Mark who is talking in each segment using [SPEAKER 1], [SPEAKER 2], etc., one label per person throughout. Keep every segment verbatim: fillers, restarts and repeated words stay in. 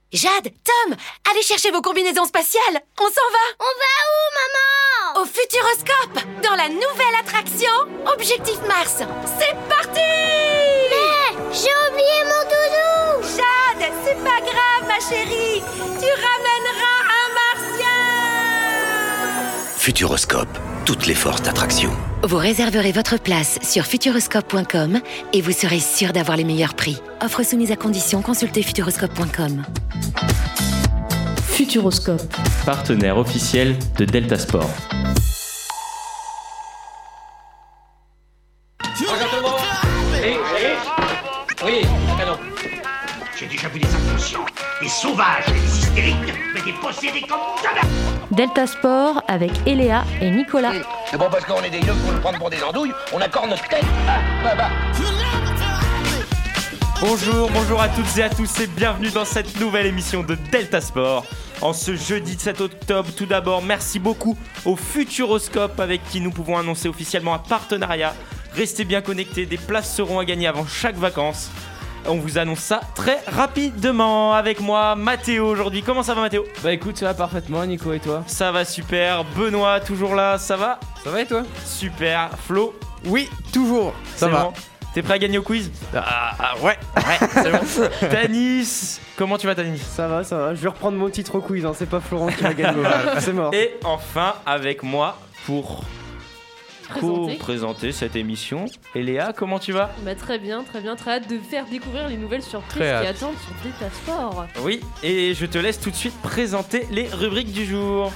[SPEAKER 1] Jade, Tom, allez chercher vos combinaisons spatiales. On s'en va.
[SPEAKER 2] On va où, maman?
[SPEAKER 1] Au Futuroscope, dans la nouvelle attraction Objectif Mars. C'est parti!
[SPEAKER 2] Mais j'ai oublié mon doudou.
[SPEAKER 1] Jade, c'est pas grave, ma chérie. Tu ramèneras un martien.
[SPEAKER 3] Futuroscope, toutes les forces d'attraction.
[SPEAKER 4] Vous réserverez votre place sur futuroscope point com et vous serez sûr d'avoir les meilleurs prix. Offre soumise à condition, consultez futuroscope point com.
[SPEAKER 5] Futuroscope,
[SPEAKER 6] partenaire officiel de Delta Sport.
[SPEAKER 7] Et, et, oui, pardon.
[SPEAKER 8] J'ai déjà vu des inconscients, des sauvages, des hystériques, mais des possédés comme jamais.
[SPEAKER 5] Delta Sport avec Eléa et Nicolas.
[SPEAKER 8] C'est bon parce qu'on est des yeux pour nous prendre pour des andouilles, on accorde notre tête. Ah, bah, bah.
[SPEAKER 6] Bonjour, bonjour à toutes et à tous et bienvenue dans cette nouvelle émission de Delta Sport. En ce jeudi sept octobre, tout d'abord, merci beaucoup au Futuroscope avec qui nous pouvons annoncer officiellement un partenariat. Restez bien connectés, des places seront à gagner avant chaque vacances. On vous annonce ça très rapidement. Avec moi, Mathéo aujourd'hui. Comment ça va, Mathéo ?
[SPEAKER 9] Bah écoute, ça va parfaitement, Nico, et toi ?
[SPEAKER 6] Ça va super. Benoît, toujours là, ça va ?
[SPEAKER 9] Ça va et toi ?
[SPEAKER 6] Super. Flo ?
[SPEAKER 9] Oui, toujours. Ça
[SPEAKER 6] c'est
[SPEAKER 9] va.
[SPEAKER 6] Bon. T'es prêt à gagner au quiz ?
[SPEAKER 9] Ah, ah ouais.
[SPEAKER 6] Ouais, c'est bon. Tanis, comment tu vas, Tanis ?
[SPEAKER 10] Ça va, ça va. Je vais reprendre mon titre au quiz, hein. C'est pas Florent qui va gagner. C'est mort.
[SPEAKER 6] Et enfin, avec moi, pour
[SPEAKER 11] Présenter.
[SPEAKER 6] co-présenter cette émission, Eléa, comment tu vas ?
[SPEAKER 11] Bah très bien, très bien, très hâte de faire découvrir les nouvelles surprises
[SPEAKER 9] Très
[SPEAKER 11] qui
[SPEAKER 9] hâte.
[SPEAKER 11] attendent sur Delta Sport.
[SPEAKER 6] Oui, et je te laisse tout de suite présenter les rubriques du jour.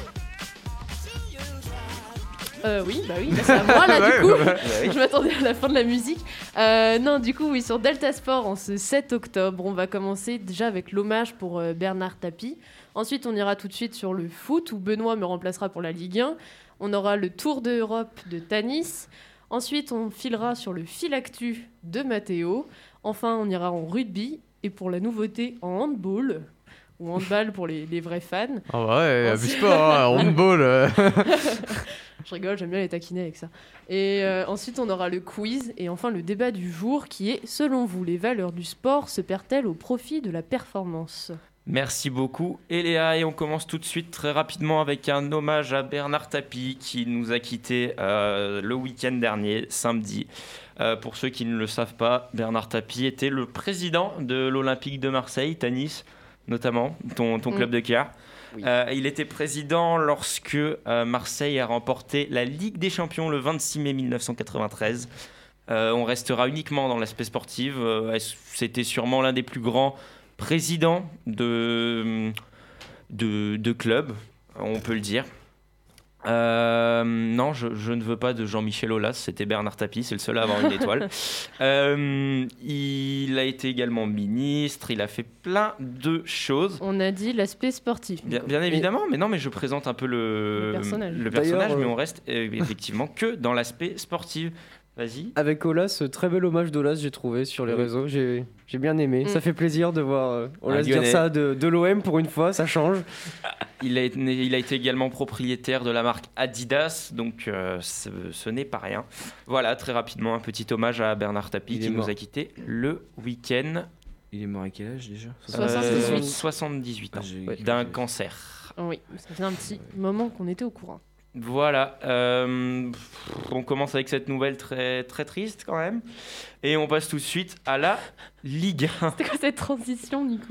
[SPEAKER 11] Euh oui, bah oui, bah c'est à moi là
[SPEAKER 9] Ouais,
[SPEAKER 11] du coup.
[SPEAKER 9] ouais,
[SPEAKER 6] ouais.
[SPEAKER 11] Je m'attendais à la fin de la musique. Euh, non, du coup, oui, sur Delta Sport, en ce sept octobre, on va commencer déjà avec l'hommage pour euh, Bernard Tapie. Ensuite, on ira tout de suite sur le foot, où Benoît me remplacera pour la Ligue un. On aura le Tour d'Europe de Tanis. Ensuite, on filera sur le fil actu de Mathéo. Enfin, on ira en rugby. Et pour la nouveauté, en handball. Ou handball pour les, les vrais fans.
[SPEAKER 9] Ah ouais, abuse pas, hein, handball. euh.
[SPEAKER 11] Je rigole, j'aime bien les taquiner avec ça. Et euh, ensuite, on aura le quiz. Et enfin, le débat du jour qui est, selon vous, les valeurs du sport se perdent-elles au profit de la performance ?
[SPEAKER 6] Merci beaucoup, Eléa. Et on commence tout de suite très rapidement avec un hommage à Bernard Tapie qui nous a quittés euh, le week-end dernier, samedi. Euh, pour ceux qui ne le savent pas, Bernard Tapie était le président de l'Olympique de Marseille, Tanis, notamment, ton, ton club
[SPEAKER 11] Mm.
[SPEAKER 6] de cœur.
[SPEAKER 10] Oui.
[SPEAKER 6] Euh, il était président lorsque euh, Marseille a remporté la Ligue des Champions le vingt-six mai mille neuf cent quatre-vingt-treize. Euh, on restera uniquement dans l'aspect sportif. Euh, c'était sûrement l'un des plus grands présidents de, de, de club, on peut le dire. Euh, non, je, je ne veux pas de Jean-Michel Aulas, c'était Bernard Tapie, c'est le seul à avoir une étoile. Euh, il a été également ministre, il a fait plein de choses.
[SPEAKER 11] On a dit l'aspect sportif.
[SPEAKER 6] Bien, bien évidemment, mais non, mais je présente un peu le,
[SPEAKER 11] Le personnage.
[SPEAKER 6] le personnage,
[SPEAKER 10] D'ailleurs,
[SPEAKER 6] mais
[SPEAKER 10] euh,
[SPEAKER 6] on reste euh, effectivement que dans l'aspect sportif. Vas-y.
[SPEAKER 10] Avec Olas, très bel hommage d'Olas, j'ai trouvé sur les
[SPEAKER 6] Oui.
[SPEAKER 10] réseaux. J'ai, j'ai bien aimé.
[SPEAKER 11] Mm.
[SPEAKER 10] Ça fait plaisir de voir euh, Olas
[SPEAKER 6] Un
[SPEAKER 10] dire
[SPEAKER 6] Lyonnais.
[SPEAKER 10] ça de, de l'O M pour une fois, ça change.
[SPEAKER 6] Il a, été, il a été également propriétaire de la marque Adidas, donc euh, ce, ce n'est pas rien. Voilà, très rapidement, un petit hommage à Bernard Tapie
[SPEAKER 9] Il
[SPEAKER 6] qui
[SPEAKER 9] est
[SPEAKER 6] nous
[SPEAKER 9] mort.
[SPEAKER 6] a quittés le week-end.
[SPEAKER 9] Il est mort à quel âge déjà ?
[SPEAKER 11] soixante-dix-huit.
[SPEAKER 6] Euh, soixante-dix-huit ans,
[SPEAKER 9] Ah, j'ai-
[SPEAKER 6] ouais, d'un cancer.
[SPEAKER 11] Oui, ça fait un petit moment qu'on était au courant.
[SPEAKER 6] Voilà, euh, on commence avec cette nouvelle très, très triste quand même. Et on passe tout de suite à la Ligue un.
[SPEAKER 11] C'était quoi cette transition, Nico ?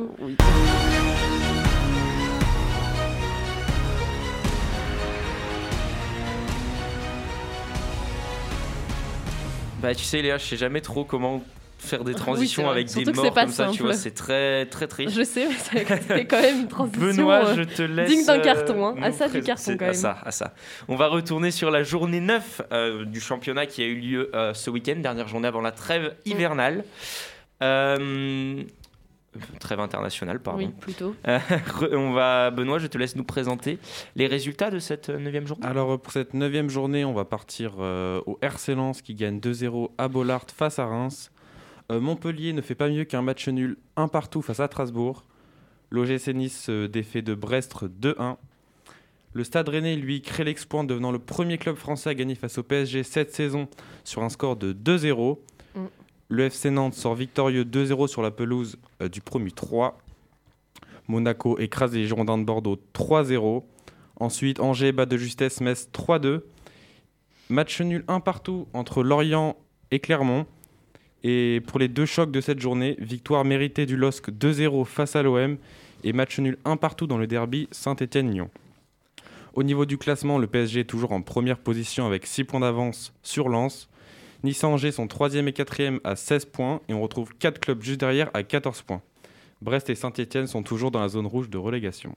[SPEAKER 6] Bah tu sais Léa, je sais jamais trop comment faire des transitions
[SPEAKER 11] c'est vrai.
[SPEAKER 6] avec
[SPEAKER 11] Surtout
[SPEAKER 6] des
[SPEAKER 11] que c'est
[SPEAKER 6] morts
[SPEAKER 11] pas
[SPEAKER 6] comme ça, tu
[SPEAKER 11] simple.
[SPEAKER 6] vois, c'est très très triste.
[SPEAKER 11] Je sais, mais ça- c'était quand même une transition
[SPEAKER 6] Benoît,
[SPEAKER 11] euh,
[SPEAKER 6] je te laisse.
[SPEAKER 11] digne d'un
[SPEAKER 6] euh,
[SPEAKER 11] carton, hein. À
[SPEAKER 6] nous
[SPEAKER 11] ça du
[SPEAKER 6] prés-
[SPEAKER 11] carton,
[SPEAKER 6] c'est-
[SPEAKER 11] quand
[SPEAKER 6] à
[SPEAKER 11] même.
[SPEAKER 6] ça, à ça. On va retourner sur la journée neuf euh, du championnat qui a eu lieu euh, ce week-end, dernière journée avant la trêve hivernale. Euh, Trêve internationale, pardon.
[SPEAKER 11] Oui, plutôt.
[SPEAKER 6] Euh, re- on va, Benoît, je te laisse nous présenter les résultats de cette neuvième journée.
[SPEAKER 9] Alors pour cette neuvième journée, on va partir euh, au R C Lens qui gagne deux zéro à Bollaert face à Reims. Euh, Montpellier ne fait pas mieux qu'un match nul un partout face à Strasbourg. L'O G C Nice se défait de Brest deux un. Le Stade Rennais, lui, crée l'exploit en devenant le premier club français à gagner face au P S G cette saison sur un score de deux zéro.
[SPEAKER 11] Mm.
[SPEAKER 9] Le F C Nantes sort victorieux deux zéro sur la pelouse euh, du Promu trois. Monaco écrase les Girondins de Bordeaux trois zéro. Ensuite, Angers bat de justesse Metz trois deux. Match nul un partout entre Lorient et Clermont. Et pour les deux chocs de cette journée, victoire méritée du L O S C deux zéro face à l'O M et match nul un partout dans le derby Saint-Étienne-Lyon. Au niveau du classement, le P S G est toujours en première position avec six points d'avance sur Lens. Nice et Angers sont troisième et quatrième à seize points et on retrouve quatre clubs juste derrière à quatorze points. Brest et Saint-Étienne sont toujours dans la zone rouge de relégation.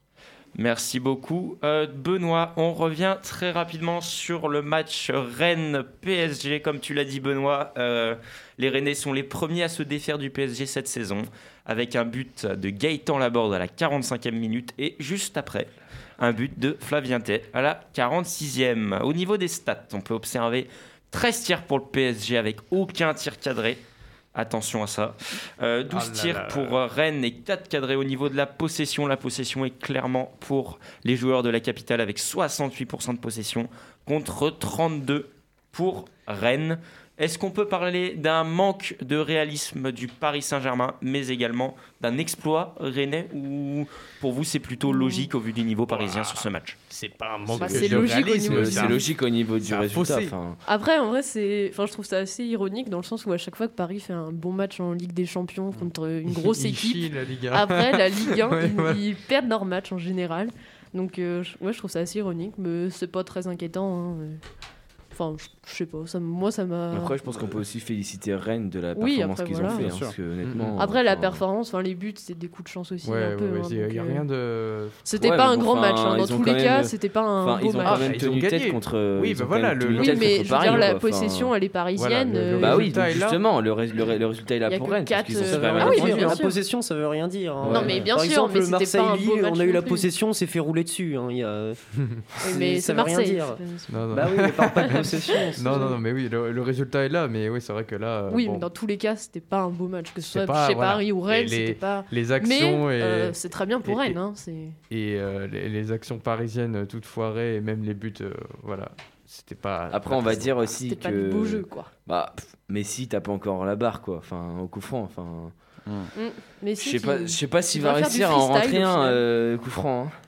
[SPEAKER 6] Merci beaucoup. Euh, Benoît, on revient très rapidement sur le match Rennes-P S G. Comme tu l'as dit, Benoît, euh, les Rennais sont les premiers à se défaire du P S G cette saison, avec un but de Gaëtan Laborde à la quarante-cinquième minute et juste après, un but de Flavien Tay à la quarante-sixième. Au niveau des stats, on peut observer treize tirs pour le P S G avec aucun tir cadré. Attention à ça. Euh, douze
[SPEAKER 12] oh là
[SPEAKER 6] tirs
[SPEAKER 12] là.
[SPEAKER 6] pour Rennes et quatre cadrés. Au niveau de la possession, la possession est clairement pour les joueurs de la capitale avec soixante-huit pour cent de possession contre trente-deux pour Rennes. Est-ce qu'on peut parler d'un manque de réalisme du Paris Saint-Germain, mais également d'un exploit rennais, ou pour vous c'est plutôt logique au vu du niveau parisien sur ce match?
[SPEAKER 12] C'est pas un manque
[SPEAKER 11] Bah,
[SPEAKER 12] de
[SPEAKER 11] c'est logique au
[SPEAKER 12] réalisme,
[SPEAKER 11] niveau
[SPEAKER 12] c'est
[SPEAKER 11] du-
[SPEAKER 12] un-
[SPEAKER 13] C'est logique au niveau du
[SPEAKER 12] c'est un
[SPEAKER 13] résultat.
[SPEAKER 12] fossé.
[SPEAKER 13] enfin.
[SPEAKER 11] Après, en vrai, c'est, enfin, je trouve ça assez ironique dans le sens où à chaque fois que Paris fait un bon match en Ligue des Champions contre une grosse
[SPEAKER 14] Ils
[SPEAKER 11] équipe,
[SPEAKER 14] chient la Ligue un.
[SPEAKER 11] après la Ligue un,
[SPEAKER 14] Ouais,
[SPEAKER 11] ils,
[SPEAKER 14] ouais.
[SPEAKER 11] ils perdent leur match en général. Donc, euh, je- ouais, je trouve ça assez ironique, mais c'est pas très inquiétant. Hein, mais- Enfin, je, je sais pas, ça, moi ça m'a.
[SPEAKER 13] Après, je pense qu'on peut aussi féliciter Rennes de la
[SPEAKER 11] Oui,
[SPEAKER 13] performance
[SPEAKER 11] après,
[SPEAKER 13] qu'ils
[SPEAKER 11] voilà.
[SPEAKER 13] ont fait.
[SPEAKER 11] Bien
[SPEAKER 13] hein,
[SPEAKER 11] sûr.
[SPEAKER 13] parce que, honnêtement,
[SPEAKER 11] Après, la
[SPEAKER 13] enfin,
[SPEAKER 11] performance, enfin, les buts, c'est des coups de chance aussi.
[SPEAKER 14] Ouais,
[SPEAKER 11] un peu,
[SPEAKER 14] ouais,
[SPEAKER 11] hein,
[SPEAKER 14] il y a-
[SPEAKER 11] donc,
[SPEAKER 14] il y a
[SPEAKER 11] euh,
[SPEAKER 14] rien de.
[SPEAKER 11] C'était
[SPEAKER 13] Ouais,
[SPEAKER 11] pas
[SPEAKER 13] mais
[SPEAKER 11] un
[SPEAKER 13] bon,
[SPEAKER 11] grand
[SPEAKER 13] enfin,
[SPEAKER 11] match. hein. Dans
[SPEAKER 13] ils ont
[SPEAKER 11] tous
[SPEAKER 13] quand
[SPEAKER 11] les cas,
[SPEAKER 13] même-
[SPEAKER 11] c'était pas un
[SPEAKER 13] enfin,
[SPEAKER 11] beau
[SPEAKER 13] ils ont
[SPEAKER 11] match.
[SPEAKER 13] quand
[SPEAKER 14] Ah,
[SPEAKER 13] même
[SPEAKER 14] ils ont
[SPEAKER 13] tenu
[SPEAKER 14] gagné.
[SPEAKER 13] tête contre.
[SPEAKER 14] Oui,
[SPEAKER 13] ils
[SPEAKER 14] bah
[SPEAKER 13] ont
[SPEAKER 14] voilà,
[SPEAKER 13] quand même
[SPEAKER 14] le-
[SPEAKER 13] tenu
[SPEAKER 11] Oui,
[SPEAKER 13] tête
[SPEAKER 11] mais
[SPEAKER 13] contre
[SPEAKER 11] je veux
[SPEAKER 13] Paris,
[SPEAKER 11] dire, la
[SPEAKER 13] quoi, enfin.
[SPEAKER 11] possession, elle est parisienne.
[SPEAKER 14] Voilà, le-
[SPEAKER 11] euh,
[SPEAKER 13] Bah oui,
[SPEAKER 14] résultat
[SPEAKER 13] donc
[SPEAKER 14] est là.
[SPEAKER 13] justement, le, ré- le, ré- le résultat est
[SPEAKER 11] Il y
[SPEAKER 13] là
[SPEAKER 11] a
[SPEAKER 13] pour
[SPEAKER 11] que
[SPEAKER 13] Rennes. parce qu'ils ont
[SPEAKER 11] quatre,
[SPEAKER 13] super
[SPEAKER 11] euh,
[SPEAKER 13] bien
[SPEAKER 11] ah oui,
[SPEAKER 13] défendu.
[SPEAKER 11] mais bien
[SPEAKER 10] la
[SPEAKER 11] sûr.
[SPEAKER 10] possession, ça veut rien dire. hein.
[SPEAKER 11] Non, mais bien
[SPEAKER 10] Par
[SPEAKER 11] sûr,
[SPEAKER 10] exemple,
[SPEAKER 11] mais c'était pas un
[SPEAKER 10] Marseille-Lille,
[SPEAKER 11] beau match
[SPEAKER 10] on a eu
[SPEAKER 11] non
[SPEAKER 10] la
[SPEAKER 11] plus.
[SPEAKER 10] possession, on s'est fait rouler dessus. hein. Il y a-
[SPEAKER 11] Oui, mais
[SPEAKER 10] ça
[SPEAKER 11] c'est
[SPEAKER 10] veut rien
[SPEAKER 11] Marseille.
[SPEAKER 10] dire.
[SPEAKER 11] c'est-
[SPEAKER 14] Non, non.
[SPEAKER 10] Bah oui, mais parle pas de possession. c'est-
[SPEAKER 14] Non, non, non, mais oui, le, le résultat est là, mais oui, c'est vrai que là. euh,
[SPEAKER 11] Oui,
[SPEAKER 14] bon,
[SPEAKER 11] mais dans tous les cas, c'était pas un beau match. Que ce
[SPEAKER 14] c'est
[SPEAKER 11] soit
[SPEAKER 14] pas-
[SPEAKER 11] chez
[SPEAKER 14] voilà.
[SPEAKER 11] Paris ou Rennes,
[SPEAKER 14] Et les-
[SPEAKER 11] c'était pas.
[SPEAKER 14] les
[SPEAKER 11] Mais
[SPEAKER 14] actions et,
[SPEAKER 11] euh, c'est très bien pour
[SPEAKER 14] et-
[SPEAKER 11] Rennes. Hein, c'est...
[SPEAKER 14] et euh, les, les actions parisiennes euh, toutes foirées et même les buts, euh, voilà, c'était pas.
[SPEAKER 13] Après,
[SPEAKER 14] pas
[SPEAKER 13] on va
[SPEAKER 14] très-
[SPEAKER 13] dire aussi
[SPEAKER 11] C'était
[SPEAKER 13] que.
[SPEAKER 11] pas du beau jeu, quoi.
[SPEAKER 13] Bah, pff, Messi tape encore la barre, quoi. Enfin, au coup franc. Enfin,
[SPEAKER 11] Mm. Mais
[SPEAKER 13] je
[SPEAKER 11] si,
[SPEAKER 13] sais
[SPEAKER 11] qui-
[SPEAKER 13] pas, je sais pas s'il
[SPEAKER 11] qui
[SPEAKER 13] va
[SPEAKER 11] doit faire du
[SPEAKER 13] réussir à en
[SPEAKER 11] freestyle,
[SPEAKER 13] rentrer
[SPEAKER 11] au
[SPEAKER 13] un
[SPEAKER 11] final.
[SPEAKER 13] euh, coup franc. hein.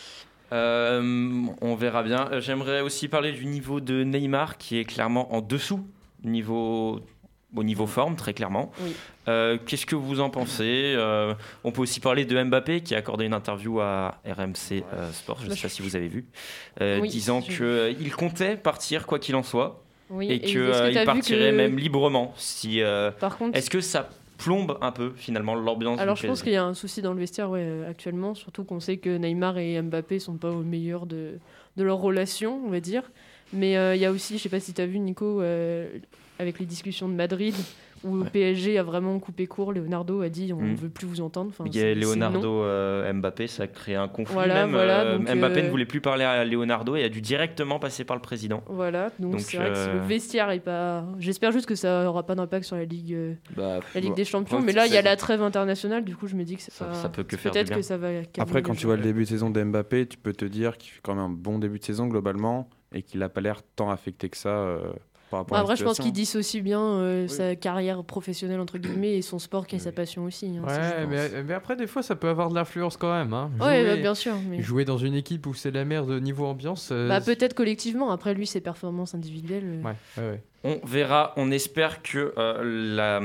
[SPEAKER 6] Euh, on verra bien. Euh, J'aimerais aussi parler du niveau de Neymar qui est clairement en dessous niveau, au niveau forme, très clairement.
[SPEAKER 11] Oui.
[SPEAKER 6] Euh, Qu'est-ce que vous en pensez? Euh, On peut aussi parler de Mbappé qui a accordé une interview à R M C euh, Sport, je ne
[SPEAKER 11] Bah,
[SPEAKER 6] sais pas
[SPEAKER 11] je-
[SPEAKER 6] si vous avez vu, euh,
[SPEAKER 11] Oui,
[SPEAKER 6] disant
[SPEAKER 11] j'ai
[SPEAKER 6] qu'il comptait partir quoi qu'il en soit
[SPEAKER 11] Oui,
[SPEAKER 6] et
[SPEAKER 11] est-ce
[SPEAKER 6] qu'il
[SPEAKER 11] que t'as vu
[SPEAKER 6] partirait
[SPEAKER 11] que-
[SPEAKER 6] même librement. Si, euh,
[SPEAKER 11] Par contre,
[SPEAKER 6] Est-ce que ça plombe un peu finalement l'ambiance
[SPEAKER 11] alors
[SPEAKER 6] du
[SPEAKER 11] je pense
[SPEAKER 6] P S G?
[SPEAKER 11] qu'il y a un souci dans le vestiaire ouais, euh, actuellement, surtout qu'on sait que Neymar et Mbappé sont pas au meilleur de, de leur relation, on va dire. Mais euh, il y a aussi, je sais pas si tu as vu Nico, euh, avec les discussions de Madrid, où le P S G a vraiment coupé court. Leonardo a dit on ne
[SPEAKER 6] Mm.
[SPEAKER 11] veut plus vous entendre. Enfin,
[SPEAKER 6] Il y a
[SPEAKER 11] c'est- c'est
[SPEAKER 6] Leonardo
[SPEAKER 11] non.
[SPEAKER 6] euh, Mbappé, ça a créé un conflit
[SPEAKER 11] Voilà,
[SPEAKER 6] même.
[SPEAKER 11] voilà,
[SPEAKER 6] euh,
[SPEAKER 11] donc,
[SPEAKER 6] Mbappé
[SPEAKER 11] euh,
[SPEAKER 6] ne voulait plus parler à Leonardo et a dû directement passer par le président.
[SPEAKER 11] Voilà, donc,
[SPEAKER 6] Donc,
[SPEAKER 11] c'est vrai que si
[SPEAKER 6] euh,
[SPEAKER 11] le vestiaire est pas. J'espère juste que ça aura pas d'impact sur la Ligue, euh,
[SPEAKER 13] Bah,
[SPEAKER 11] la Ligue
[SPEAKER 13] bon.
[SPEAKER 11] des Champions.
[SPEAKER 13] Ouais,
[SPEAKER 11] Mais là, il y a
[SPEAKER 13] c'est-
[SPEAKER 11] la trêve internationale, du coup, je me dis que c'est
[SPEAKER 6] Ça-
[SPEAKER 11] pas.
[SPEAKER 6] ça peut que faire du
[SPEAKER 11] Peut-être
[SPEAKER 6] bien.
[SPEAKER 11] que ça va. calmer
[SPEAKER 9] Après,
[SPEAKER 11] les
[SPEAKER 9] quand tu
[SPEAKER 11] gens.
[SPEAKER 9] vois le début de saison de Mbappé, tu peux te dire qu'il fait quand même un bon début de saison globalement et qu'il n'a pas l'air tant affecté que ça euh, par rapport
[SPEAKER 11] Bah,
[SPEAKER 9] à la
[SPEAKER 11] après, je pense
[SPEAKER 9] situation.
[SPEAKER 11] qu'il dissocie bien euh, sa carrière professionnelle, entre guillemets, et son sport qui est sa passion aussi. hein, ça, je
[SPEAKER 14] Ouais,
[SPEAKER 11] pense.
[SPEAKER 14] mais, mais après, des fois, ça peut avoir de l'influence quand même. Hein.
[SPEAKER 11] Ouais,
[SPEAKER 14] Jouer-
[SPEAKER 11] bah, bien sûr. Mais...
[SPEAKER 14] Jouer dans une équipe où c'est la merde niveau ambiance. euh,
[SPEAKER 11] Bah, peut-être collectivement. Après, lui, ses performances individuelles. euh,
[SPEAKER 14] Ouais, ouais, ouais.
[SPEAKER 6] On verra, on espère que euh, la,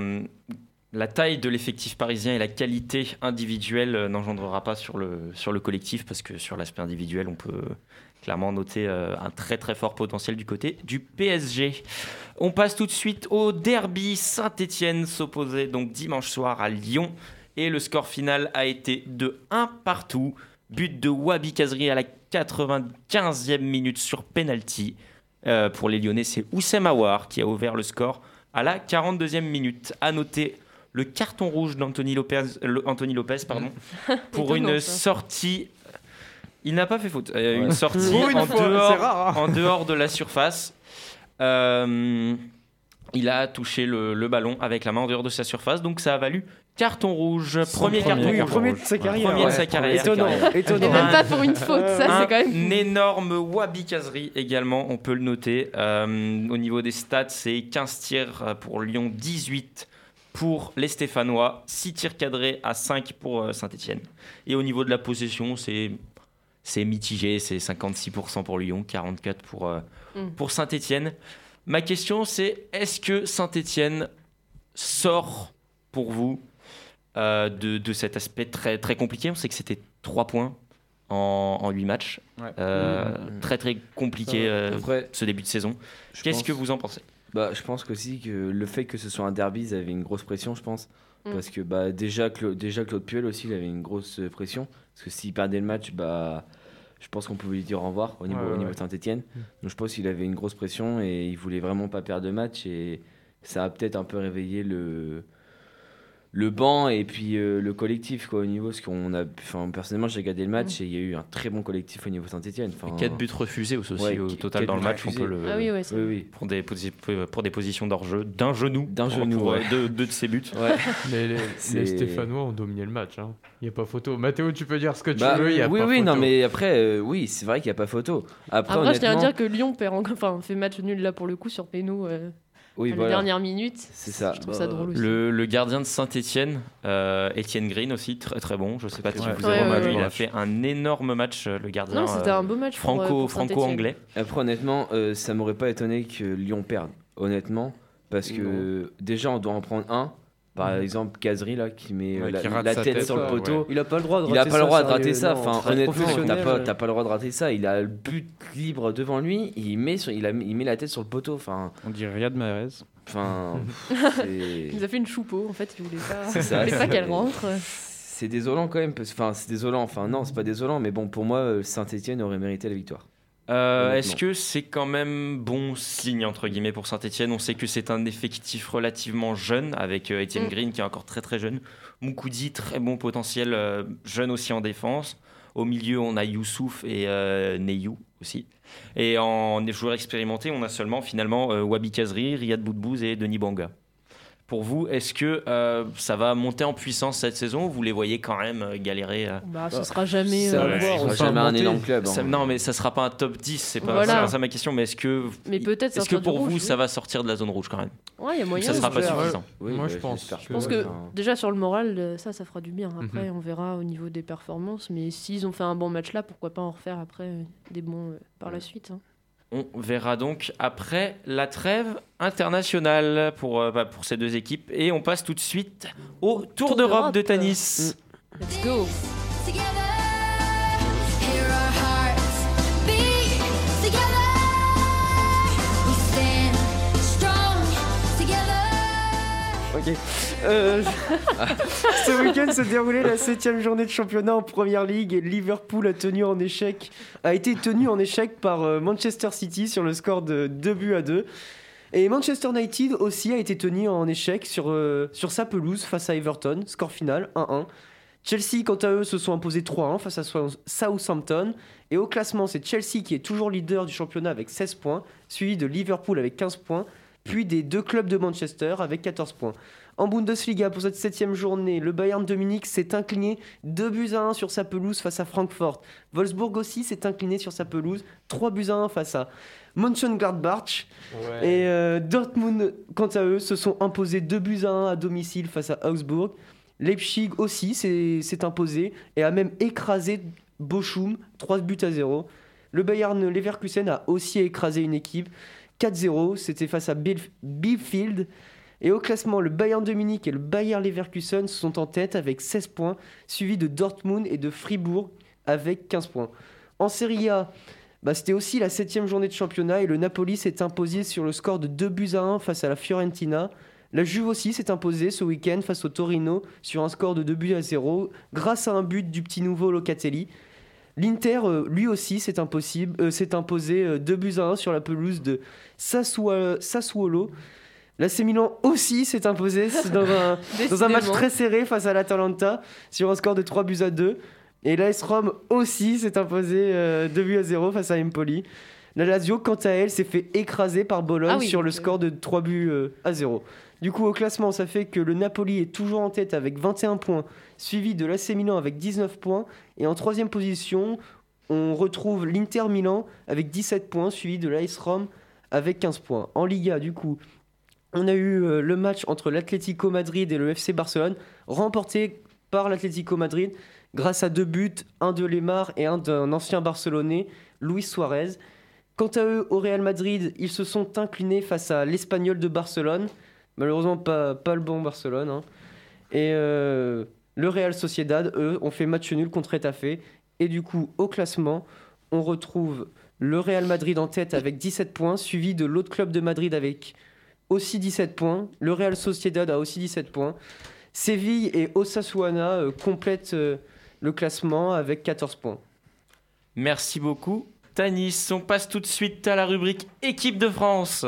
[SPEAKER 6] la taille de l'effectif parisien et la qualité individuelle euh, n'engendrera pas sur le, sur le collectif, parce que sur l'aspect individuel, on peut clairement noter euh, un très très fort potentiel du côté du P S G. On passe tout de suite au derby. Saint-Étienne s'opposait donc dimanche soir à Lyon et le score final a été de un partout. But de Wabi Kazri à la quatre-vingt-quinzième minute sur penalty. Euh, pour les Lyonnais, c'est Oussem Aouar qui a ouvert le score à la quarante-deuxième minute. À noter le carton rouge d'Anthony Lopez, le- Anthony Lopez pardon, pour
[SPEAKER 11] Étonnant,
[SPEAKER 6] une
[SPEAKER 11] ça.
[SPEAKER 6] sortie. Il n'a pas fait faute. Euh,
[SPEAKER 13] Ouais.
[SPEAKER 6] Une sortie
[SPEAKER 14] Pour une
[SPEAKER 6] en,
[SPEAKER 14] fois,
[SPEAKER 6] dehors,
[SPEAKER 14] c'est rare, hein.
[SPEAKER 6] en dehors de la surface. Euh, il a touché le, le ballon avec la main en dehors de sa surface, donc ça a valu carton rouge.
[SPEAKER 9] Son
[SPEAKER 6] Premier
[SPEAKER 9] premier
[SPEAKER 6] carton
[SPEAKER 10] Oui,
[SPEAKER 6] rouge.
[SPEAKER 10] premier de sa carrière.
[SPEAKER 6] Premier de
[SPEAKER 10] ouais.
[SPEAKER 6] sa carrière.
[SPEAKER 10] Étonnant,
[SPEAKER 11] Et
[SPEAKER 10] étonnant.
[SPEAKER 11] même pas pour une faute, ça,
[SPEAKER 6] Un
[SPEAKER 11] c'est quand même.
[SPEAKER 6] énorme Wabi Kazri également, on peut le noter. Euh, au niveau des stats, c'est quinze tirs pour Lyon, dix-huit pour les Stéphanois, six tirs cadrés à cinq pour euh, Saint-Etienne. Et au niveau de la possession, c'est, c'est mitigé, c'est cinquante-six pour cent pour Lyon, quarante-quatre pour cent pour, euh,
[SPEAKER 11] Mm.
[SPEAKER 6] pour Saint-Etienne. Ma question, c'est est-ce que Saint-Etienne sort pour vous euh, de, de cet aspect très, très compliqué? On sait que c'était trois points en, en huit matchs.
[SPEAKER 13] Ouais.
[SPEAKER 6] Euh,
[SPEAKER 13] Mmh.
[SPEAKER 6] Très très compliqué euh,
[SPEAKER 13] Après,
[SPEAKER 6] ce début de saison.
[SPEAKER 13] je
[SPEAKER 6] Qu'est-ce
[SPEAKER 13] pense-
[SPEAKER 6] que vous en pensez?
[SPEAKER 13] Bah, je pense qu'aussi que le fait que ce soit un derby, ils avaient une grosse pression, je pense.
[SPEAKER 11] Mm.
[SPEAKER 13] Parce que bah, déjà, Cla- déjà Claude Puel aussi, il avait une grosse euh, pression. Parce que s'il perdait le match, bah, je pense qu'on pouvait lui dire au revoir au niveau,
[SPEAKER 14] Ouais,
[SPEAKER 13] au niveau
[SPEAKER 14] ouais.
[SPEAKER 13] de Saint-Etienne. Donc je pense qu'il avait une grosse pression et il voulait vraiment pas perdre de match. Et ça a peut-être un peu réveillé le, le banc et puis euh, le collectif quoi, au niveau. Parce qu'on a, enfin, personnellement, j'ai regardé le match et il y a eu un très bon collectif au niveau Saint-Etienne. Enfin,
[SPEAKER 6] quatre buts refusés aussi
[SPEAKER 13] Ouais,
[SPEAKER 6] au
[SPEAKER 13] qu-
[SPEAKER 6] total
[SPEAKER 13] quatre
[SPEAKER 6] dans le
[SPEAKER 13] buts
[SPEAKER 6] match. On
[SPEAKER 13] refusés.
[SPEAKER 6] peut le,
[SPEAKER 11] Ah oui, ouais, c'est
[SPEAKER 13] Oui,
[SPEAKER 11] vrai.
[SPEAKER 13] oui.
[SPEAKER 6] pour, des, posi- pour des positions d'hors-jeu, d'un genou.
[SPEAKER 13] D'un
[SPEAKER 6] pour-
[SPEAKER 13] genou,
[SPEAKER 6] pour, euh,
[SPEAKER 13] ouais.
[SPEAKER 6] deux, deux de ses buts.
[SPEAKER 13] Ouais.
[SPEAKER 14] Mais les,
[SPEAKER 13] C'est-
[SPEAKER 14] les Stéphanois ont dominé le match. Il n'y a pas photo. Mathéo, tu peux dire ce que tu
[SPEAKER 13] Bah,
[SPEAKER 14] veux. Y a
[SPEAKER 13] oui,
[SPEAKER 14] pas
[SPEAKER 13] oui,
[SPEAKER 14] photo.
[SPEAKER 13] non, mais après, euh, oui, c'est vrai qu'il n'y a pas photo. Après,
[SPEAKER 11] Après, je tiens à
[SPEAKER 13] honnêtement,
[SPEAKER 11] dire que Lyon perd encore, enfin, fait match nul là pour le coup sur Pénou euh,
[SPEAKER 13] oui,
[SPEAKER 11] à
[SPEAKER 13] voilà.
[SPEAKER 11] la dernière minute.
[SPEAKER 13] C'est ça.
[SPEAKER 11] Je trouve ça
[SPEAKER 13] Bah,
[SPEAKER 11] drôle aussi.
[SPEAKER 6] Le, le gardien de Saint-Etienne, euh, Étienne Green aussi, très très bon. Je ne sais pas si
[SPEAKER 9] Ouais.
[SPEAKER 6] vous
[SPEAKER 11] Ouais,
[SPEAKER 6] avez
[SPEAKER 11] ouais,
[SPEAKER 6] remarqué,
[SPEAKER 11] ouais.
[SPEAKER 6] il a fait un énorme match, euh, le gardien.
[SPEAKER 11] Non, c'était
[SPEAKER 6] euh,
[SPEAKER 11] un beau match pour, euh,
[SPEAKER 6] franco,
[SPEAKER 11] pour Saint-Etienne.
[SPEAKER 6] franco-anglais.
[SPEAKER 13] Après, honnêtement, euh, ça m'aurait pas étonné que Lyon perde. Honnêtement, parce que déjà, on doit en prendre un. Par exemple, Kazri, là, qui met euh,
[SPEAKER 9] Ouais,
[SPEAKER 13] la,
[SPEAKER 9] qui rate
[SPEAKER 13] la
[SPEAKER 9] sa
[SPEAKER 13] tête,
[SPEAKER 9] tête,
[SPEAKER 13] sur le
[SPEAKER 9] ouais.
[SPEAKER 13] poteau.
[SPEAKER 10] Il a pas le droit de
[SPEAKER 13] Il a
[SPEAKER 10] rater
[SPEAKER 13] pas
[SPEAKER 10] ça,
[SPEAKER 13] le droit de
[SPEAKER 10] sérieux,
[SPEAKER 13] rater ça.
[SPEAKER 10] non,
[SPEAKER 13] Enfin,
[SPEAKER 10] très
[SPEAKER 13] honnêtement,
[SPEAKER 10] professionnel,
[SPEAKER 13] t'as pas,
[SPEAKER 10] euh.
[SPEAKER 13] t'as pas le droit de rater ça. Il a le but libre devant lui. Il met, sur, il, a, il met la tête sur le poteau. Enfin,
[SPEAKER 9] On dirait Riyad Mahrez.
[SPEAKER 13] enfin, c'est-
[SPEAKER 11] Il nous a fait une choupeau, en fait, il voulait pas,
[SPEAKER 13] C'est
[SPEAKER 11] il
[SPEAKER 13] ça,
[SPEAKER 11] voulait pas
[SPEAKER 13] c'est-
[SPEAKER 11] qu'elle rentre.
[SPEAKER 13] c'est désolant quand même. parce- Enfin, c'est désolant. Enfin, non, c'est pas désolant. Mais bon, pour moi, Saint-Etienne aurait mérité la victoire.
[SPEAKER 6] Euh,
[SPEAKER 13] Honnêtement.
[SPEAKER 6] Est-ce que c'est quand même bon signe entre guillemets pour Saint-Etienne? On sait que c'est un effectif relativement jeune avec euh, Étienne
[SPEAKER 11] Mm.
[SPEAKER 6] Green qui est encore très très jeune, Moukoudi très bon potentiel, euh, jeune aussi en défense. Au milieu on a Youssouf et euh, Neyou aussi. Et en joueurs expérimentés on a seulement finalement euh, Wabi Kazri, Riyad Boudbouz et Denis Banga. Pour vous, est-ce que euh, ça va monter en puissance cette saison ou vous les voyez quand même euh, galérer euh
[SPEAKER 11] Bah, ce sera jamais.
[SPEAKER 10] Ça
[SPEAKER 11] euh,
[SPEAKER 10] va
[SPEAKER 13] Ouais,
[SPEAKER 10] voir,
[SPEAKER 13] il
[SPEAKER 10] on
[SPEAKER 13] sera
[SPEAKER 10] sera
[SPEAKER 13] jamais un
[SPEAKER 10] remonté.
[SPEAKER 13] énorme club.
[SPEAKER 6] Ça-
[SPEAKER 13] hein.
[SPEAKER 6] Non, mais ça sera pas un top dix, c'est pas,
[SPEAKER 11] Voilà.
[SPEAKER 6] c'est pas ça ma question. Mais est-ce que,
[SPEAKER 11] Mais peut-être
[SPEAKER 6] est-ce que
[SPEAKER 11] sortir du
[SPEAKER 6] pour
[SPEAKER 11] rouge,
[SPEAKER 6] vous,
[SPEAKER 11] oui.
[SPEAKER 6] ça va sortir de la zone rouge quand même?
[SPEAKER 11] Ouais, il y a moyen.
[SPEAKER 6] Ça sera pas
[SPEAKER 10] j'espère.
[SPEAKER 6] suffisant.
[SPEAKER 13] Oui,
[SPEAKER 14] Moi,
[SPEAKER 13] bah,
[SPEAKER 14] je pense
[SPEAKER 13] j'espère
[SPEAKER 14] que-
[SPEAKER 11] Je pense que
[SPEAKER 13] Enfin,
[SPEAKER 11] déjà sur le moral, euh, ça, ça fera du bien. Après,
[SPEAKER 14] Mhm.
[SPEAKER 11] on verra au niveau des performances. Mais s'ils ont fait un bon match là, pourquoi pas en refaire après euh, des bons euh, par la suite. hein.
[SPEAKER 6] On verra donc après la trêve internationale pour, euh, bah, pour ces deux équipes. Et on passe tout de suite au Tour,
[SPEAKER 11] Tour
[SPEAKER 6] d'Europe
[SPEAKER 11] d'Europe.
[SPEAKER 6] de tennis.
[SPEAKER 11] Let's go.
[SPEAKER 10] Ok. Euh, ce week-end se déroulait la septième journée de championnat en Première Ligue et Liverpool a tenu en échec, a été tenu en échec par euh, Manchester City sur le score de deux buts à deux. Et Manchester United aussi a été tenu en échec sur, euh, sur sa pelouse face à Everton, score final un un. Chelsea, quant à eux, se sont imposés trois un face à Southampton. Et au classement, c'est Chelsea qui est toujours leader du championnat avec seize points, suivi de Liverpool avec quinze points, puis des deux clubs de Manchester avec quatorze points. En Bundesliga, pour cette septième journée, le Bayern de Munich s'est incliné deux buts à un sur sa pelouse face à Francfort. Wolfsburg aussi s'est incliné sur sa pelouse trois buts à un face à Mönchengladbach.
[SPEAKER 14] Ouais.
[SPEAKER 10] Et euh, Dortmund, quant à eux, se sont imposés deux buts à un à domicile face à Augsburg. Leipzig aussi s'est, s'est imposé et a même écrasé Bochum trois buts à zéro. Le Bayern Leverkusen a aussi écrasé une équipe quatre zéro, c'était face à Bielef- Bielefeld. Et au classement, le Bayern de Munich et le Bayer Leverkusen sont en tête avec seize points, suivis de Dortmund et de Fribourg avec quinze points. En Serie A, bah, c'était aussi la septième journée de championnat et le Napoli s'est imposé sur le score de deux buts à un face à la Fiorentina. La Juve aussi s'est imposée ce week-end face au Torino sur un score de deux buts à zéro grâce à un but du petit nouveau Locatelli. L'Inter, euh, lui aussi, s'est, impossible, euh, s'est imposé euh, deux buts à un sur la pelouse de Sassuolo. Sassuolo. L'A C Milan aussi s'est imposé dans un, dans un match
[SPEAKER 11] Décidément.
[SPEAKER 10] très serré face à l'Atalanta sur un score de trois buts à deux. Et l'A S Rome aussi s'est imposé euh, deux buts à zéro face à Empoli. La Lazio, quant à elle, s'est fait écraser par Bologne
[SPEAKER 11] Ah oui,
[SPEAKER 10] sur le
[SPEAKER 11] donc, euh,
[SPEAKER 10] score de trois buts euh, à zéro. Du coup, au classement, ça fait que le Napoli est toujours en tête avec vingt et un points, suivi de l'A C Milan avec dix-neuf points. Et en troisième position, on retrouve l'Inter Milan avec dix-sept points, suivi de l'A S Rome avec quinze points. En Liga, du coup, On a eu euh, le match entre l'Atlético Madrid et le F C Barcelone, remporté par l'Atlético Madrid grâce à deux buts, un de Lemar et un d'un ancien Barcelonais, Luis Suarez. Quant à eux, au Real Madrid, ils se sont inclinés face à l'Espagnol de Barcelone. Malheureusement, pas, pas le bon Barcelone. Hein. Et euh, le Real Sociedad, eux, ont fait match nul contre Getafe. Et du coup, au classement, on retrouve le Real Madrid en tête avec dix-sept points, suivi de l'autre club de Madrid avec aussi dix-sept points. Le Real Sociedad a aussi dix-sept points. Séville et Osasuna euh, complètent euh, le classement avec quatorze points.
[SPEAKER 6] Merci beaucoup, Tanis. On passe tout de suite à la rubrique Équipe de France.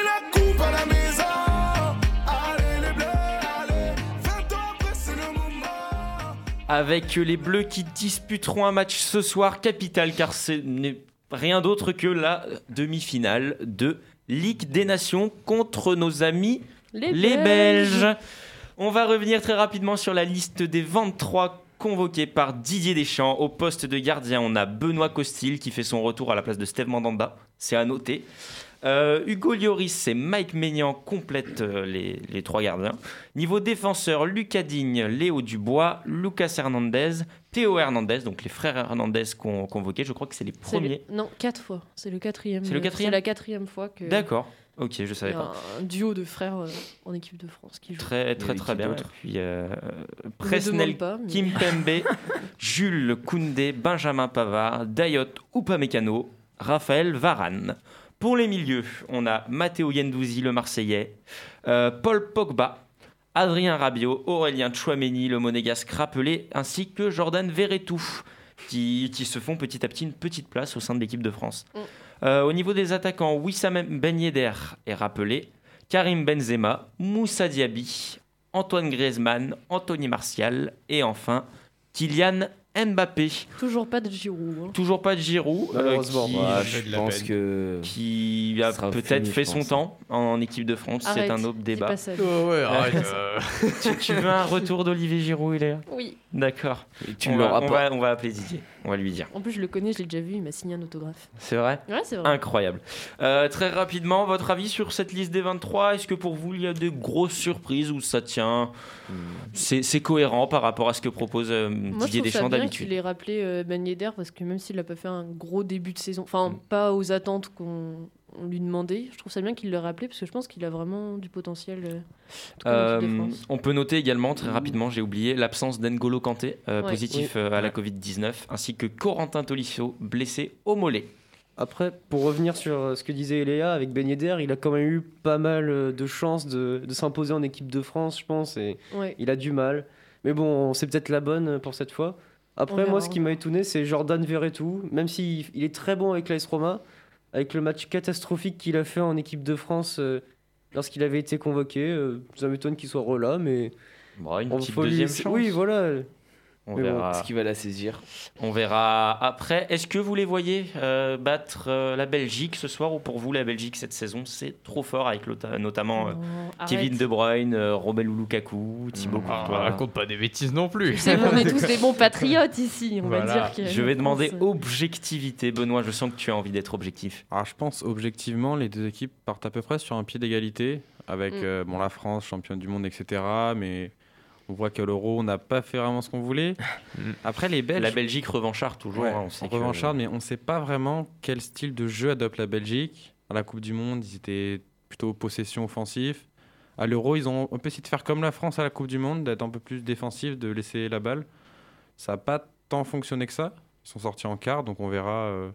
[SPEAKER 6] Avec les Bleus qui disputeront un match ce soir capital, car ce n'est rien d'autre que la demi-finale de Ligue des Nations contre nos amis
[SPEAKER 11] Les,
[SPEAKER 6] les
[SPEAKER 11] Belges.
[SPEAKER 6] Belges. On va revenir très rapidement sur la liste des vingt-trois convoqués par Didier Deschamps. Au poste de gardien, on a Benoît Costil qui fait son retour à la place de Steve Mandanda. C'est à noter. Euh, Hugo Lloris et Mike Maignan complètent euh, les, les trois gardiens. Niveau défenseur, Lucas Digne, Léo Dubois, Lucas Hernandez, Théo Hernandez, donc les frères Hernandez qu'on convoqués. Je crois que c'est les
[SPEAKER 11] C'est
[SPEAKER 6] premiers.
[SPEAKER 11] le- Non, quatre fois. C'est le quatrième.
[SPEAKER 6] C'est le quatrième
[SPEAKER 11] C'est la quatrième fois que.
[SPEAKER 6] D'accord. Ok, je
[SPEAKER 11] Il y
[SPEAKER 6] savais
[SPEAKER 11] a
[SPEAKER 6] pas.
[SPEAKER 11] un duo de frères euh, en équipe de France qui joue.
[SPEAKER 6] Très très très bien. Et puis euh, Presnel
[SPEAKER 11] demande pas, mais-
[SPEAKER 6] Kimpembe, Jules Koundé, Benjamin Pavard, Dayot Upamecano, Raphaël Varane. Pour les milieux, on a Matteo Guendouzi, le Marseillais, euh, Paul Pogba, Adrien Rabiot, Aurélien Tchouaméni, le Monégasque rappelé, ainsi que Jordan Verretou, qui, qui se font petit à petit une petite place au sein de l'équipe de France.
[SPEAKER 11] Mm.
[SPEAKER 6] Euh, au niveau des attaquants, Wissam Ben Yedder est rappelé, Karim Benzema, Moussa Diaby, Antoine Griezmann, Anthony Martial et enfin Kylian Mbappé.
[SPEAKER 11] Toujours pas de Giroud. hein.
[SPEAKER 6] Toujours pas de Giroud, euh,
[SPEAKER 10] Malheureusement.
[SPEAKER 6] qui,
[SPEAKER 13] Ouais, je pense que
[SPEAKER 6] qui a
[SPEAKER 13] ce sera
[SPEAKER 6] peut-être
[SPEAKER 13] fini,
[SPEAKER 6] fait
[SPEAKER 13] je
[SPEAKER 6] son
[SPEAKER 13] pense.
[SPEAKER 6] temps en équipe de France. C'est
[SPEAKER 11] Arrête,
[SPEAKER 6] un autre
[SPEAKER 11] dis
[SPEAKER 6] débat.
[SPEAKER 11] pas ça.
[SPEAKER 14] Oh ouais, arrête. euh.
[SPEAKER 6] tu, tu veux un retour d'Olivier Giroud, il est là
[SPEAKER 11] Oui.
[SPEAKER 6] D'accord.
[SPEAKER 13] Et tu
[SPEAKER 6] on,
[SPEAKER 13] ne
[SPEAKER 6] va,
[SPEAKER 13] l'auras
[SPEAKER 6] on,
[SPEAKER 13] pas.
[SPEAKER 6] va, on va appeler Didier. On va lui dire.
[SPEAKER 11] En plus, je le connais, je l'ai déjà vu, il m'a signé un autographe.
[SPEAKER 6] C'est vrai
[SPEAKER 11] Ouais, c'est vrai.
[SPEAKER 6] Incroyable. Euh, très rapidement, votre avis sur cette liste des vingt-trois? Est-ce que pour vous, il y a des grosses surprises où ça tient c'est, c'est cohérent par rapport à ce que propose euh,
[SPEAKER 11] Moi,
[SPEAKER 6] Didier
[SPEAKER 11] je trouve ça
[SPEAKER 6] Deschamps
[SPEAKER 11] bien
[SPEAKER 6] d'habitude?
[SPEAKER 11] qu'il ait rappelé euh, Ben Yedder parce que même s'il n'a pas fait un gros début de saison, enfin pas aux attentes qu'on on lui demandait, je trouve ça bien qu'il l'ait rappelé parce que je pense qu'il a vraiment du potentiel. euh, en tout cas, en équipe de
[SPEAKER 6] Euh,
[SPEAKER 11] France.
[SPEAKER 6] on peut noter également, très rapidement, j'ai oublié, l'absence d'N'Golo Kanté, euh,
[SPEAKER 11] Ouais.
[SPEAKER 6] positif
[SPEAKER 10] Oui.
[SPEAKER 6] euh, à la covid dix-neuf, ainsi que Corentin Tolisso, blessé au mollet.
[SPEAKER 10] Après, pour revenir sur euh, ce que disait Léa, avec Ben Yedder, il a quand même eu pas mal euh, de chances de, de s'imposer en équipe de France, je pense, et
[SPEAKER 11] Ouais.
[SPEAKER 10] il a du mal. Mais bon, c'est peut-être la bonne euh, pour cette fois.
[SPEAKER 11] On
[SPEAKER 10] Après,
[SPEAKER 11] verra,
[SPEAKER 10] moi, ce
[SPEAKER 11] on
[SPEAKER 10] qui m'a étonné, c'est Jordan Verretou. Même s'il il est très bon avec l'A S Roma, avec le match catastrophique qu'il a fait en équipe de France euh, lorsqu'il avait été convoqué, euh, ça m'étonne qu'il soit re-là, mais...
[SPEAKER 6] Bon, une
[SPEAKER 10] on
[SPEAKER 6] petite
[SPEAKER 10] faut lui
[SPEAKER 6] deuxième
[SPEAKER 10] laisser-
[SPEAKER 6] chance.
[SPEAKER 10] Oui, voilà.
[SPEAKER 6] On
[SPEAKER 10] Mais bon,
[SPEAKER 6] verra.
[SPEAKER 13] Est-ce qu'il va la saisir?
[SPEAKER 6] On verra après. Est-ce que vous les voyez euh, battre euh, la Belgique ce soir, ou pour vous la Belgique cette saison c'est trop fort avec l'ota- notamment euh,
[SPEAKER 11] Non,
[SPEAKER 6] Kevin
[SPEAKER 11] arrête.
[SPEAKER 6] De Bruyne, euh, Romelu Lukaku, Thibaut
[SPEAKER 14] Ah,
[SPEAKER 6] Courtois.
[SPEAKER 14] raconte pas des bêtises non plus.
[SPEAKER 11] Tu sais qu'on est tous des bons patriotes ici, on va
[SPEAKER 14] Voilà.
[SPEAKER 11] dire que.
[SPEAKER 6] Je vais demander
[SPEAKER 11] France-
[SPEAKER 6] objectivité. Benoît, je sens que tu as envie d'être objectif.
[SPEAKER 9] Alors, je pense objectivement, les deux équipes partent à peu près sur un pied d'égalité avec
[SPEAKER 11] Mm.
[SPEAKER 9] euh, bon, la France, championne du monde, et cetera. Mais on voit qu'à l'Euro, on n'a pas fait vraiment ce qu'on voulait. Après, les Belges.
[SPEAKER 6] La Belgique revancharde toujours.
[SPEAKER 9] Ouais,
[SPEAKER 6] hein, on sait
[SPEAKER 9] on
[SPEAKER 6] que-
[SPEAKER 9] revancharde, mais on ne sait pas vraiment quel style de jeu adopte la Belgique. À la Coupe du Monde, ils étaient plutôt possession offensif. À l'Euro, ils ont un peu essayé de faire comme la France à la Coupe du Monde, d'être un peu plus défensif, de laisser la balle. Ça n'a pas tant fonctionné que ça. Ils sont sortis en quart, donc on verra euh,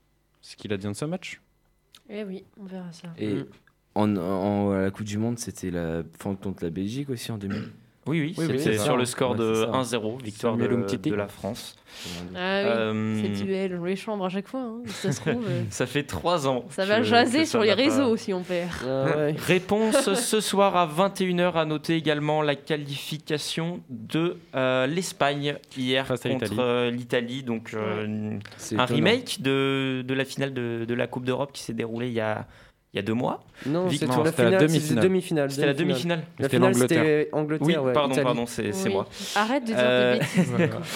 [SPEAKER 9] ce qu'il advient de ce match.
[SPEAKER 11] Eh oui, on verra ça.
[SPEAKER 13] Et en, en- à la Coupe du Monde, c'était la fin contre la Belgique aussi en deux mille.
[SPEAKER 6] Oui, oui,
[SPEAKER 9] Oui, oui,
[SPEAKER 6] c'était
[SPEAKER 9] c'est ça.
[SPEAKER 6] sur le score
[SPEAKER 13] Ouais,
[SPEAKER 6] de
[SPEAKER 13] c'est ça.
[SPEAKER 6] un zéro, victoire de,
[SPEAKER 10] Samuel Umtiti.
[SPEAKER 6] de la France.
[SPEAKER 11] Ah oui,
[SPEAKER 6] Euh,
[SPEAKER 11] c'est duel, on les chambre à chaque fois. hein, si ça se trouve, euh,
[SPEAKER 6] Ça fait trois ans.
[SPEAKER 11] ça va
[SPEAKER 6] que-
[SPEAKER 11] jaser
[SPEAKER 6] que
[SPEAKER 11] sur
[SPEAKER 6] ça
[SPEAKER 11] les
[SPEAKER 6] n'a pas-
[SPEAKER 11] réseaux si on perd.
[SPEAKER 10] Ah ouais.
[SPEAKER 6] Réponse ce soir à vingt et une heures. À noter également la qualification de euh, l'Espagne hier
[SPEAKER 9] Face à
[SPEAKER 6] contre
[SPEAKER 9] l'Italie.
[SPEAKER 6] euh, l'Italie. Donc euh,
[SPEAKER 13] C'est
[SPEAKER 6] un
[SPEAKER 13] étonnant.
[SPEAKER 6] remake de, de la finale de, de la Coupe d'Europe qui s'est déroulée il y a, il y a deux mois.
[SPEAKER 10] Non,
[SPEAKER 6] Vic-
[SPEAKER 10] c'était
[SPEAKER 9] non,
[SPEAKER 10] la
[SPEAKER 9] c'était la
[SPEAKER 10] finale,
[SPEAKER 9] demi-finale.
[SPEAKER 10] c'était demi-finale.
[SPEAKER 6] C'était la
[SPEAKER 10] demi-finale.
[SPEAKER 6] demi-finale.
[SPEAKER 10] La
[SPEAKER 9] C'était
[SPEAKER 10] finale,
[SPEAKER 9] l'Angleterre.
[SPEAKER 10] c'était Angleterre,
[SPEAKER 6] Oui,
[SPEAKER 10] ouais,
[SPEAKER 6] pardon,
[SPEAKER 10] Italie.
[SPEAKER 6] pardon, c'est, c'est
[SPEAKER 11] Oui.
[SPEAKER 6] moi.
[SPEAKER 11] Arrête de dire
[SPEAKER 6] Euh,
[SPEAKER 11] des bêtises.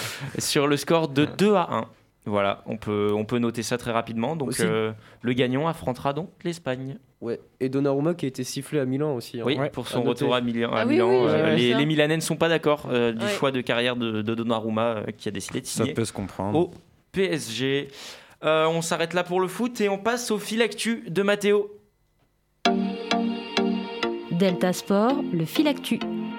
[SPEAKER 6] Sur le score de deux à un. Voilà, on peut, on peut noter ça très rapidement. Donc
[SPEAKER 10] Aussi.
[SPEAKER 6] euh, le gagnant affrontera donc l'Espagne.
[SPEAKER 10] Ouais, et Donnarumma qui a été sifflé à Milan aussi. Hein.
[SPEAKER 6] Oui,
[SPEAKER 10] Ouais.
[SPEAKER 6] pour son
[SPEAKER 10] À noter.
[SPEAKER 6] retour à Milan. À
[SPEAKER 11] Ah oui,
[SPEAKER 6] Milan
[SPEAKER 11] oui,
[SPEAKER 6] euh,
[SPEAKER 11] j'ai vu
[SPEAKER 6] les,
[SPEAKER 11] ça.
[SPEAKER 6] les Milanais ne sont pas d'accord euh, du
[SPEAKER 11] Ouais.
[SPEAKER 6] choix de carrière de, de Donnarumma euh, qui a décidé de
[SPEAKER 9] Ça
[SPEAKER 6] signer
[SPEAKER 9] peut se comprendre.
[SPEAKER 6] au P S G. Euh, on s'arrête là pour le foot et on passe au fil actu de Mathéo.
[SPEAKER 5] Delta Sport, le fil actu.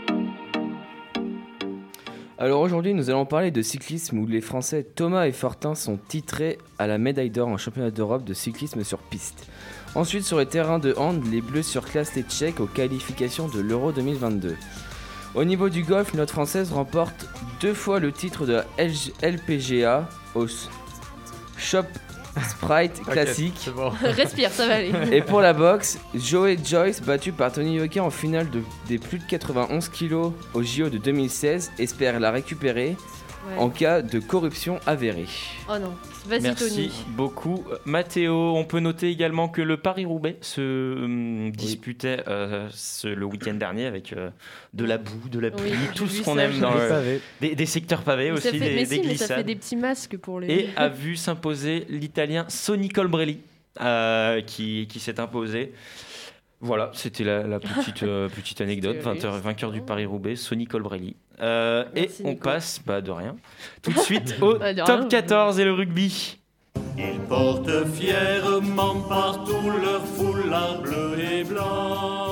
[SPEAKER 13] Alors aujourd'hui, nous allons parler de cyclisme où les Français Thomas et Fortin sont titrés à la médaille d'or en championnat d'Europe de cyclisme sur piste. Ensuite, sur les terrains de hand, les Bleus surclassent les Tchèques aux qualifications de l'Euro deux mille vingt-deux. Au niveau du golf, notre Française remporte deux fois le titre de la L P G A au Shop Sprite classique.
[SPEAKER 14] C'est bon.
[SPEAKER 11] Respire, ça va aller.
[SPEAKER 13] Et pour la boxe, Joey Joyce, battu par Tony Yoka en finale de, des plus de quatre-vingt-onze kilos au J O de deux mille seize, espère la récupérer
[SPEAKER 11] Ouais.
[SPEAKER 13] en cas de corruption avérée.
[SPEAKER 11] Oh non, vas-y
[SPEAKER 6] Merci
[SPEAKER 11] Tony.
[SPEAKER 6] beaucoup Mathéo. On peut noter également que le Paris-Roubaix se euh, disputait euh, ce- le week-end dernier avec euh, de la boue, de la pluie,
[SPEAKER 11] Oui,
[SPEAKER 6] tout
[SPEAKER 11] j'ai
[SPEAKER 6] ce
[SPEAKER 11] vu
[SPEAKER 6] qu'on
[SPEAKER 11] ça,
[SPEAKER 6] aime
[SPEAKER 11] j'ai
[SPEAKER 6] dans
[SPEAKER 11] vu
[SPEAKER 6] le-
[SPEAKER 11] ça.
[SPEAKER 6] des, des secteurs pavés
[SPEAKER 11] Mais
[SPEAKER 6] aussi,
[SPEAKER 11] ça fait,
[SPEAKER 6] des,
[SPEAKER 11] mais
[SPEAKER 6] des
[SPEAKER 11] si, mais ça
[SPEAKER 6] glissades.
[SPEAKER 11] fait des petits masques pour les.
[SPEAKER 6] Et a vu s'imposer l'Italien Sonny Colbrelli euh, qui, qui s'est imposé. Voilà, c'était la, la petite, euh, petite anecdote.
[SPEAKER 11] C'était
[SPEAKER 6] Vainqueur,
[SPEAKER 11] juste.
[SPEAKER 6] vainqueur du Paris-Roubaix, Sonny Colbrelli. Euh, et
[SPEAKER 11] Merci,
[SPEAKER 6] on
[SPEAKER 11] Nico.
[SPEAKER 6] passe, bah de rien, tout de suite au
[SPEAKER 11] Bah, de
[SPEAKER 6] top
[SPEAKER 11] rien.
[SPEAKER 6] quatorze et le rugby.
[SPEAKER 12] Ils portent fièrement partout leur foulard bleu et blanc.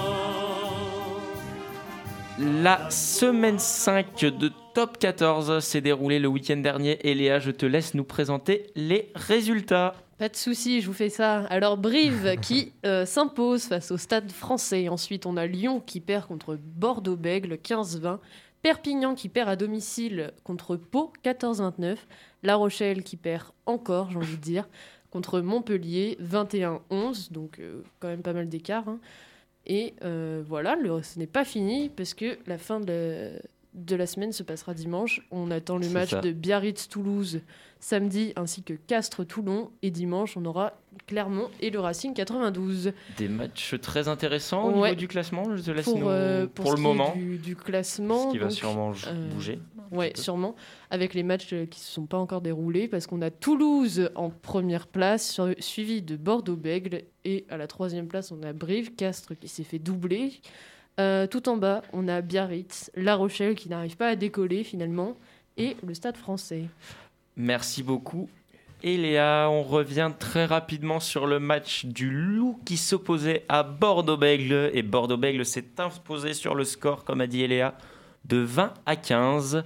[SPEAKER 6] La semaine cinq de top quatorze s'est déroulée le week-end dernier. Et Léa, je te laisse nous présenter les résultats.
[SPEAKER 11] Pas de souci, je vous fais ça. Alors Brive qui euh, s'impose face au Stade Français. Ensuite, on a Lyon qui perd contre Bordeaux-Bègles quinze vingt. Perpignan qui perd à domicile contre Pau quatorze vingt-neuf. La Rochelle qui perd encore, j'ai envie de dire, contre Montpellier vingt et un onze. Donc euh, quand même pas mal d'écart. hein. Et euh, voilà, le, ce n'est pas fini parce que la fin de la, de la semaine se passera dimanche. On attend le
[SPEAKER 6] C'est
[SPEAKER 11] match
[SPEAKER 6] ça.
[SPEAKER 11] de Biarritz-Toulouse samedi ainsi que Castres-Toulon. Et dimanche, on aura Clermont et le Racing quatre-vingt-douze.
[SPEAKER 6] Des matchs très intéressants au
[SPEAKER 11] Ouais.
[SPEAKER 6] niveau du classement. Je te laisse
[SPEAKER 11] Pour,
[SPEAKER 6] nous-
[SPEAKER 11] euh,
[SPEAKER 6] pour,
[SPEAKER 11] pour
[SPEAKER 6] le
[SPEAKER 11] ce qui est
[SPEAKER 6] moment.
[SPEAKER 11] du, du classement.
[SPEAKER 6] Ce qui va
[SPEAKER 11] donc,
[SPEAKER 6] sûrement j-
[SPEAKER 11] euh,
[SPEAKER 6] bouger.
[SPEAKER 11] Ouais, sûrement. Avec les matchs euh, qui ne se sont pas encore déroulés, parce qu'on a Toulouse en première place, sur- suivi de Bordeaux-Bègles. Et à la troisième place, on a Brive-Castres qui s'est fait doubler. Euh, tout en bas, on a Biarritz, La Rochelle qui n'arrive pas à décoller finalement, et le Stade Français.
[SPEAKER 6] Merci beaucoup. Et Léa, on revient très rapidement sur le match du Loup qui s'opposait à Bordeaux-Bègles. Et Bordeaux-Bègles s'est imposé sur le score, comme a dit Léa, de vingt à quinze.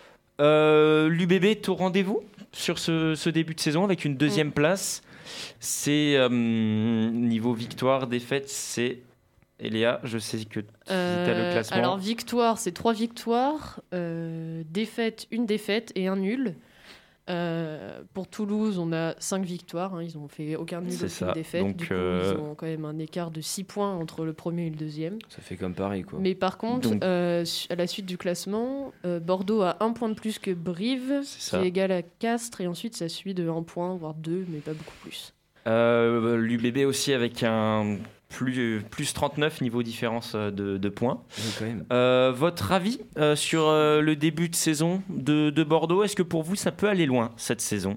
[SPEAKER 6] Euh, L'U B B est au rendez-vous sur ce, ce début de saison avec une deuxième place. C'est euh, niveau victoire, défaite, c'est... Et Léa, je sais que tu as le classement.
[SPEAKER 11] Euh, Alors, victoire, c'est trois victoires. Euh, défaite, une défaite et un nul. Euh, pour Toulouse, on a cinq victoires. hein, ils n'ont fait aucun nul,
[SPEAKER 6] C'est
[SPEAKER 11] aucune
[SPEAKER 6] ça.
[SPEAKER 11] défaite.
[SPEAKER 6] Donc,
[SPEAKER 11] du coup,
[SPEAKER 6] euh,
[SPEAKER 11] ils ont quand même un écart de six points entre le premier et le deuxième.
[SPEAKER 13] Ça fait comme Paris, quoi.
[SPEAKER 11] Mais par contre,
[SPEAKER 6] Donc-
[SPEAKER 11] euh, su- à la suite du classement, euh, Bordeaux a un point de plus que Brive, qui
[SPEAKER 6] ça.
[SPEAKER 11] est égal à Castres. Et ensuite, ça suit de un point, voire deux, mais pas beaucoup plus.
[SPEAKER 6] Euh, L'U B B aussi avec un plus, plus trente-neuf niveau différence euh, de, de points.
[SPEAKER 13] Oui, quand même.
[SPEAKER 6] Euh, votre avis euh, sur euh, le début de saison de, de Bordeaux? Est-ce que pour vous ça peut aller loin cette saison?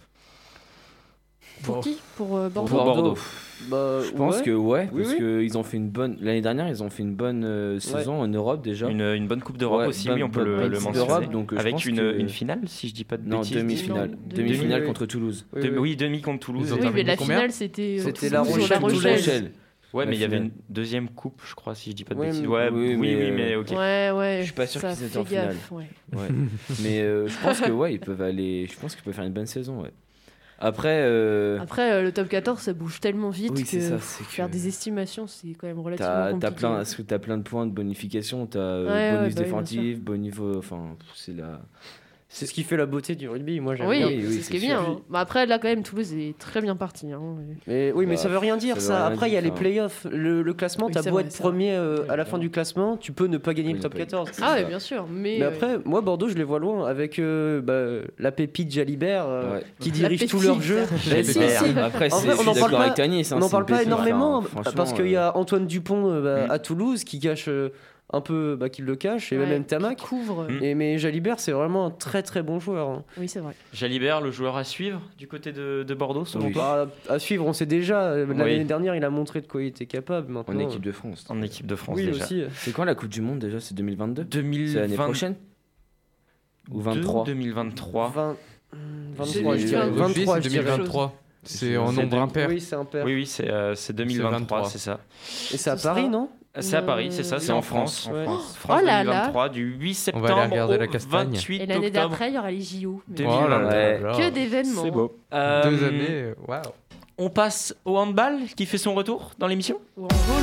[SPEAKER 11] Pour
[SPEAKER 14] Bon.
[SPEAKER 11] qui Pour euh,
[SPEAKER 13] Pour
[SPEAKER 11] Bordeaux
[SPEAKER 13] Bordeaux.
[SPEAKER 10] Bah,
[SPEAKER 13] Je pense
[SPEAKER 10] ouais.
[SPEAKER 13] que ouais,
[SPEAKER 10] Oui,
[SPEAKER 13] parce
[SPEAKER 10] oui.
[SPEAKER 13] que ils ont fait une bonne l'année dernière, ils ont fait une bonne euh, saison en Europe déjà.
[SPEAKER 6] Une, une bonne Coupe d'Europe
[SPEAKER 13] Ouais,
[SPEAKER 6] aussi,
[SPEAKER 13] bonne-
[SPEAKER 6] oui, on peut
[SPEAKER 13] bonne-
[SPEAKER 6] le,
[SPEAKER 13] bonne
[SPEAKER 6] le
[SPEAKER 13] Coupe
[SPEAKER 6] mentionner.
[SPEAKER 13] d'Europe, donc, euh, je
[SPEAKER 6] avec
[SPEAKER 13] pense
[SPEAKER 6] une,
[SPEAKER 13] que-
[SPEAKER 6] une finale, si je dis pas de
[SPEAKER 13] Non,
[SPEAKER 6] bêtises.
[SPEAKER 13] demi-finale,
[SPEAKER 11] Non,
[SPEAKER 13] demi-finale
[SPEAKER 11] demi-
[SPEAKER 13] contre Toulouse.
[SPEAKER 10] Oui,
[SPEAKER 6] De-
[SPEAKER 10] oui.
[SPEAKER 6] oui, demi contre Toulouse.
[SPEAKER 14] Ils ont
[SPEAKER 11] Oui, mais
[SPEAKER 14] terminé
[SPEAKER 11] la
[SPEAKER 14] combien
[SPEAKER 11] finale, c'était. euh,
[SPEAKER 10] C'était
[SPEAKER 11] Toulouse
[SPEAKER 10] La
[SPEAKER 11] ou
[SPEAKER 10] Rochelle,
[SPEAKER 11] La
[SPEAKER 10] Toulouse.
[SPEAKER 11] Rochelle.
[SPEAKER 6] Ouais,
[SPEAKER 13] La
[SPEAKER 6] mais il y avait
[SPEAKER 13] finale.
[SPEAKER 6] une deuxième coupe, je crois, si je dis pas de
[SPEAKER 10] Ouais,
[SPEAKER 6] bêtises.
[SPEAKER 10] mais-
[SPEAKER 6] Ouais, oui,
[SPEAKER 13] oui,
[SPEAKER 6] oui,
[SPEAKER 13] mais,
[SPEAKER 6] mais,
[SPEAKER 13] euh,
[SPEAKER 6] ok.
[SPEAKER 11] Ouais, ouais.
[SPEAKER 13] Je suis pas sûr
[SPEAKER 11] ça
[SPEAKER 13] qu'ils étaient
[SPEAKER 11] fait
[SPEAKER 13] en finale.
[SPEAKER 11] gaffe, ouais.
[SPEAKER 13] Ouais. Mais euh, je pense que ouais, ils peuvent aller. Je pense qu'ils peuvent faire une bonne saison. Ouais. Après, euh,
[SPEAKER 11] Après, euh, le top quatorze, ça bouge tellement vite
[SPEAKER 13] Oui,
[SPEAKER 11] que,
[SPEAKER 13] c'est ça,
[SPEAKER 11] pff,
[SPEAKER 13] c'est
[SPEAKER 11] faire
[SPEAKER 13] que-
[SPEAKER 11] des estimations, c'est quand même relativement
[SPEAKER 13] t'as
[SPEAKER 11] compliqué.
[SPEAKER 13] t'as plein, parce que t'as plein de points de bonification. T'as euh,
[SPEAKER 11] Ouais, ouais,
[SPEAKER 13] bonus
[SPEAKER 11] bah oui,
[SPEAKER 13] défensif, bon niveau. Enfin, c'est la.
[SPEAKER 10] C'est ce qui fait la beauté du rugby, moi j'aime
[SPEAKER 11] Oui,
[SPEAKER 10] bien.
[SPEAKER 13] oui,
[SPEAKER 11] c'est
[SPEAKER 13] oui,
[SPEAKER 11] ce qui est
[SPEAKER 13] c'est
[SPEAKER 11] bien.
[SPEAKER 13] sûr.
[SPEAKER 11] hein. Bah après, là, quand même, Toulouse est très bien parti. hein.
[SPEAKER 10] Mais, oui, mais
[SPEAKER 13] Bah,
[SPEAKER 10] ça veut rien dire
[SPEAKER 13] ça veut
[SPEAKER 10] ça.
[SPEAKER 13] rien
[SPEAKER 10] Après, il y a
[SPEAKER 13] dire,
[SPEAKER 10] les
[SPEAKER 13] ça.
[SPEAKER 10] playoffs. Le, le classement,
[SPEAKER 11] Oui,
[SPEAKER 10] t'as
[SPEAKER 11] c'est
[SPEAKER 10] beau
[SPEAKER 11] vrai,
[SPEAKER 10] être
[SPEAKER 11] c'est vrai.
[SPEAKER 10] premier euh,
[SPEAKER 13] Ouais,
[SPEAKER 10] à la fin
[SPEAKER 13] vraiment.
[SPEAKER 10] du classement, tu peux ne pas gagner
[SPEAKER 13] Oui,
[SPEAKER 10] le
[SPEAKER 13] ne
[SPEAKER 10] top
[SPEAKER 13] pas gagner.
[SPEAKER 10] quatorze.
[SPEAKER 11] Ah,
[SPEAKER 13] ça.
[SPEAKER 11] ouais, bien sûr. Mais,
[SPEAKER 10] Mais
[SPEAKER 11] euh,
[SPEAKER 10] après, moi, Bordeaux, je les vois loin avec euh, bah, la pépite Jalibert euh,
[SPEAKER 13] Ouais.
[SPEAKER 10] qui
[SPEAKER 11] La
[SPEAKER 10] dirige tout
[SPEAKER 11] pépite.
[SPEAKER 10] leur jeu. Mais si,
[SPEAKER 6] Jalibert.
[SPEAKER 10] si.
[SPEAKER 13] Après,
[SPEAKER 10] En
[SPEAKER 13] c'est-
[SPEAKER 10] vrai,
[SPEAKER 13] je
[SPEAKER 10] on
[SPEAKER 13] suis
[SPEAKER 10] en parle
[SPEAKER 13] d'accord
[SPEAKER 10] pas-
[SPEAKER 13] avec Tanis. hein,
[SPEAKER 10] On n'en
[SPEAKER 13] c'est
[SPEAKER 10] parle
[SPEAKER 13] une
[SPEAKER 10] pas
[SPEAKER 13] pépite.
[SPEAKER 10] énormément
[SPEAKER 13] Enfin, franchement,
[SPEAKER 10] parce qu'il y a Antoine Dupont euh, bah,
[SPEAKER 13] Mm.
[SPEAKER 10] à Toulouse qui cache euh, un peu bah, qui le cache, et
[SPEAKER 11] Ouais,
[SPEAKER 10] même Tamac.
[SPEAKER 11] qui couvre.
[SPEAKER 10] Et, mais Jalibert, c'est vraiment un très très bon joueur. hein.
[SPEAKER 11] Oui, c'est vrai.
[SPEAKER 6] Jalibert, le joueur à suivre du côté de, de Bordeaux, selon
[SPEAKER 10] Oui.
[SPEAKER 6] toi
[SPEAKER 10] Bah, à suivre, on sait déjà. euh, L'année
[SPEAKER 6] Oui.
[SPEAKER 10] dernière, il a montré de quoi il était capable. Maintenant,
[SPEAKER 13] En équipe de France.
[SPEAKER 6] En équipe de France,
[SPEAKER 10] Oui,
[SPEAKER 6] déjà.
[SPEAKER 10] aussi.
[SPEAKER 13] C'est quand la Coupe du Monde déjà? C'est deux mille vingt-deux?
[SPEAKER 6] deux mille vingt...
[SPEAKER 13] C'est l'année prochaine? Ou vingt-trois?
[SPEAKER 6] deux mille vingt-trois.
[SPEAKER 10] vingt...
[SPEAKER 13] C'est
[SPEAKER 10] vingt-trois, je dirais. vingt-trois, je
[SPEAKER 14] deux mille
[SPEAKER 10] dirais.
[SPEAKER 14] vingt-trois. C'est en
[SPEAKER 6] C'est
[SPEAKER 14] nombre
[SPEAKER 6] deux-
[SPEAKER 14] impair.
[SPEAKER 10] Oui, c'est impair.
[SPEAKER 6] Oui, oui, c'est euh, c'est deux mille vingt-trois,
[SPEAKER 14] vingt-trois.
[SPEAKER 6] c'est ça.
[SPEAKER 10] Et c'est à
[SPEAKER 11] Ce
[SPEAKER 10] Paris,
[SPEAKER 11] sera-
[SPEAKER 10] non
[SPEAKER 6] C'est à Paris, c'est ça, c'est en France.
[SPEAKER 10] Ouais.
[SPEAKER 6] En France, France
[SPEAKER 11] Oh là
[SPEAKER 6] deux mille vingt-trois,
[SPEAKER 11] là.
[SPEAKER 6] du huit
[SPEAKER 14] On
[SPEAKER 6] septembre
[SPEAKER 14] va aller regarder
[SPEAKER 6] au
[SPEAKER 14] la Castagne.
[SPEAKER 6] vingt-huit
[SPEAKER 11] Et l'année
[SPEAKER 6] octobre.
[SPEAKER 11] d'après, il y aura les J O.
[SPEAKER 6] deux
[SPEAKER 11] Mais-
[SPEAKER 6] mille vingt-trois.
[SPEAKER 14] Oh là là.
[SPEAKER 11] Que d'événements.
[SPEAKER 9] C'est beau.
[SPEAKER 6] Euh,
[SPEAKER 14] Deux années, waouh.
[SPEAKER 6] On passe au handball qui fait son retour dans l'émission.
[SPEAKER 11] Ou en vol.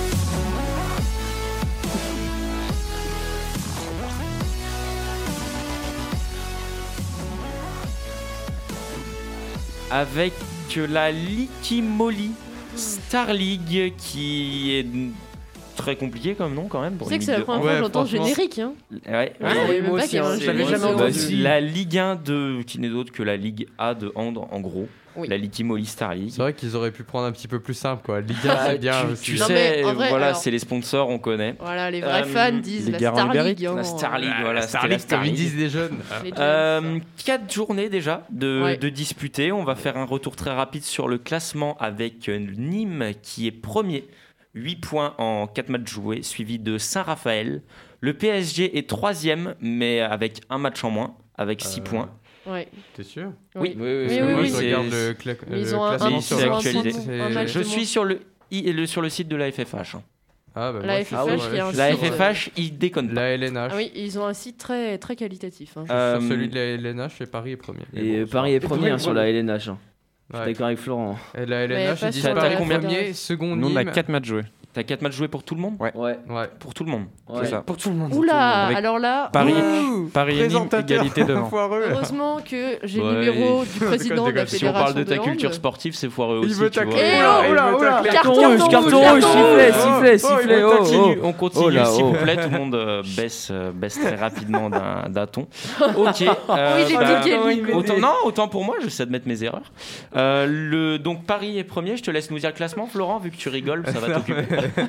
[SPEAKER 6] Avec la Likimoli Star League qui est très compliqué comme nom quand même.
[SPEAKER 11] Tu
[SPEAKER 6] pour
[SPEAKER 11] sais
[SPEAKER 6] une
[SPEAKER 11] que c'est la
[SPEAKER 6] Ligue de
[SPEAKER 11] première fois que
[SPEAKER 14] Ouais,
[SPEAKER 11] j'entends le
[SPEAKER 14] franchement.
[SPEAKER 11] générique. Hein.
[SPEAKER 6] Ouais.
[SPEAKER 11] Ah, je savais même
[SPEAKER 10] moi
[SPEAKER 11] pas
[SPEAKER 10] aussi,
[SPEAKER 11] qu'il y avait
[SPEAKER 10] hein,
[SPEAKER 11] un
[SPEAKER 10] je l'avais
[SPEAKER 11] générique.
[SPEAKER 10] jamais
[SPEAKER 6] Bah,
[SPEAKER 10] entendu.
[SPEAKER 6] la Ligue un de qui n'est d'autre que la Ligue A de hand en gros.
[SPEAKER 11] Oui.
[SPEAKER 6] La Likimoli Star League.
[SPEAKER 14] C'est vrai qu'ils auraient pu prendre un petit peu plus simple, quoi. Ligue un,
[SPEAKER 6] Ah,
[SPEAKER 14] c'est bien
[SPEAKER 6] tu,
[SPEAKER 14] aussi.
[SPEAKER 6] tu
[SPEAKER 11] Non,
[SPEAKER 6] sais,
[SPEAKER 11] mais en vrai,
[SPEAKER 6] voilà,
[SPEAKER 11] alors-
[SPEAKER 6] c'est les sponsors, on connaît.
[SPEAKER 11] Voilà, les vrais
[SPEAKER 6] Euh,
[SPEAKER 11] fans disent
[SPEAKER 9] les
[SPEAKER 11] la
[SPEAKER 9] garants
[SPEAKER 11] Star
[SPEAKER 9] ibériques.
[SPEAKER 11] League. hein.
[SPEAKER 6] La Star League,
[SPEAKER 14] Ah,
[SPEAKER 6] voilà,
[SPEAKER 14] la Star
[SPEAKER 6] c'était la
[SPEAKER 14] League,
[SPEAKER 6] Star
[SPEAKER 14] comme ils
[SPEAKER 6] League.
[SPEAKER 14] disent les jeunes.
[SPEAKER 11] Les Giants.
[SPEAKER 6] Euh, quatre journées déjà de,
[SPEAKER 11] Ouais.
[SPEAKER 6] de disputer. On va faire un retour très rapide sur le classement avec euh, Nîmes qui est premier, huit points en quatre matchs joués, suivi de Saint-Raphaël. Le P S G est troisième, mais avec un match en moins, avec six
[SPEAKER 14] Euh,
[SPEAKER 6] points.
[SPEAKER 11] Ouais.
[SPEAKER 14] T'es sûr?
[SPEAKER 6] Oui,
[SPEAKER 13] Oui, oui,
[SPEAKER 11] Oui,
[SPEAKER 13] oui.
[SPEAKER 14] Parce que
[SPEAKER 11] oui,
[SPEAKER 14] moi,
[SPEAKER 11] oui.
[SPEAKER 14] je
[SPEAKER 6] c'est-
[SPEAKER 14] regarde le, cla-
[SPEAKER 11] Mais ils
[SPEAKER 14] le
[SPEAKER 11] ont un-
[SPEAKER 14] classement
[SPEAKER 11] un-
[SPEAKER 14] sur
[SPEAKER 6] c'est
[SPEAKER 14] le
[SPEAKER 6] actualisé.
[SPEAKER 14] site,
[SPEAKER 11] un
[SPEAKER 14] c'est-
[SPEAKER 11] match
[SPEAKER 6] Je
[SPEAKER 11] de
[SPEAKER 6] suis
[SPEAKER 11] moins.
[SPEAKER 6] sur le, i- le- sur le site de la F F H. hein.
[SPEAKER 14] Ah, bah,
[SPEAKER 11] La
[SPEAKER 14] moi,
[SPEAKER 11] F F H
[SPEAKER 14] je suis sur-
[SPEAKER 11] qui a un
[SPEAKER 14] je suis
[SPEAKER 6] La
[SPEAKER 11] site,
[SPEAKER 14] sur-
[SPEAKER 6] F F H, il déconne pas.
[SPEAKER 14] La L N H.
[SPEAKER 11] Ah oui, ils ont un site très, très qualitatif. hein.
[SPEAKER 6] Euh,
[SPEAKER 14] Sur celui de la L N H, et Paris est premier. Mais
[SPEAKER 13] Et
[SPEAKER 14] bon,
[SPEAKER 13] euh,
[SPEAKER 14] ça
[SPEAKER 13] Paris
[SPEAKER 14] va.
[SPEAKER 13] est premier hein, sur la L N H. hein. Je suis
[SPEAKER 14] Ouais.
[SPEAKER 13] d'accord avec Florent.
[SPEAKER 14] Et la L N H,
[SPEAKER 11] Ouais,
[SPEAKER 14] ils
[SPEAKER 11] pas
[SPEAKER 14] disent
[SPEAKER 11] sur
[SPEAKER 6] la
[SPEAKER 14] Paris
[SPEAKER 6] combien
[SPEAKER 14] premier, second
[SPEAKER 9] Nous, on a
[SPEAKER 14] Nîmes.
[SPEAKER 9] quatre matchs joués.
[SPEAKER 6] T'as quatre matchs joués pour tout le monde
[SPEAKER 9] Ouais.
[SPEAKER 13] Ouais.
[SPEAKER 14] Ouais.
[SPEAKER 6] Pour tout le monde.
[SPEAKER 13] Ouais.
[SPEAKER 9] C'est ça.
[SPEAKER 10] Pour tout le monde.
[SPEAKER 11] Oula,
[SPEAKER 9] Avec
[SPEAKER 11] alors là,
[SPEAKER 9] Paris,
[SPEAKER 11] euh,
[SPEAKER 9] Paris et Nîmes, égalité devant.
[SPEAKER 14] foireux.
[SPEAKER 11] heureusement que j'ai le
[SPEAKER 6] Ouais,
[SPEAKER 11] numéro
[SPEAKER 6] il-
[SPEAKER 11] du président de la
[SPEAKER 6] Si on
[SPEAKER 11] fédération
[SPEAKER 6] parle de ta
[SPEAKER 11] hand.
[SPEAKER 6] culture sportive, c'est foireux
[SPEAKER 14] Il
[SPEAKER 6] aussi.
[SPEAKER 14] veut
[SPEAKER 6] tu vois.
[SPEAKER 14] tacler.
[SPEAKER 11] Eh
[SPEAKER 14] Oula,
[SPEAKER 11] oh,
[SPEAKER 14] oula,
[SPEAKER 11] il veut
[SPEAKER 14] oula.
[SPEAKER 11] tacler.
[SPEAKER 13] Carton
[SPEAKER 11] Carton
[SPEAKER 13] rouge,
[SPEAKER 11] rouge,
[SPEAKER 13] carton
[SPEAKER 11] carton
[SPEAKER 13] rouge,
[SPEAKER 11] rouge.
[SPEAKER 13] sifflet,
[SPEAKER 6] Oh,
[SPEAKER 13] sifflet,
[SPEAKER 6] oh,
[SPEAKER 13] sifflet.
[SPEAKER 6] on
[SPEAKER 13] Oh,
[SPEAKER 6] continue,
[SPEAKER 13] oh.
[SPEAKER 6] on continue
[SPEAKER 13] Oh là,
[SPEAKER 6] s'il
[SPEAKER 13] oh.
[SPEAKER 6] vous plaît. Tout le monde euh, baisse, euh, baisse très rapidement d'un d'un ton. Ok. euh,
[SPEAKER 11] Oui, j'ai
[SPEAKER 6] bah,
[SPEAKER 11] cliqué, lui.
[SPEAKER 6] autant, non, autant pour moi, je sais admettre mes erreurs. Euh, le, donc Paris est premier. Je te laisse nous dire le classement, Florent, vu que tu rigoles, ça va t'occuper.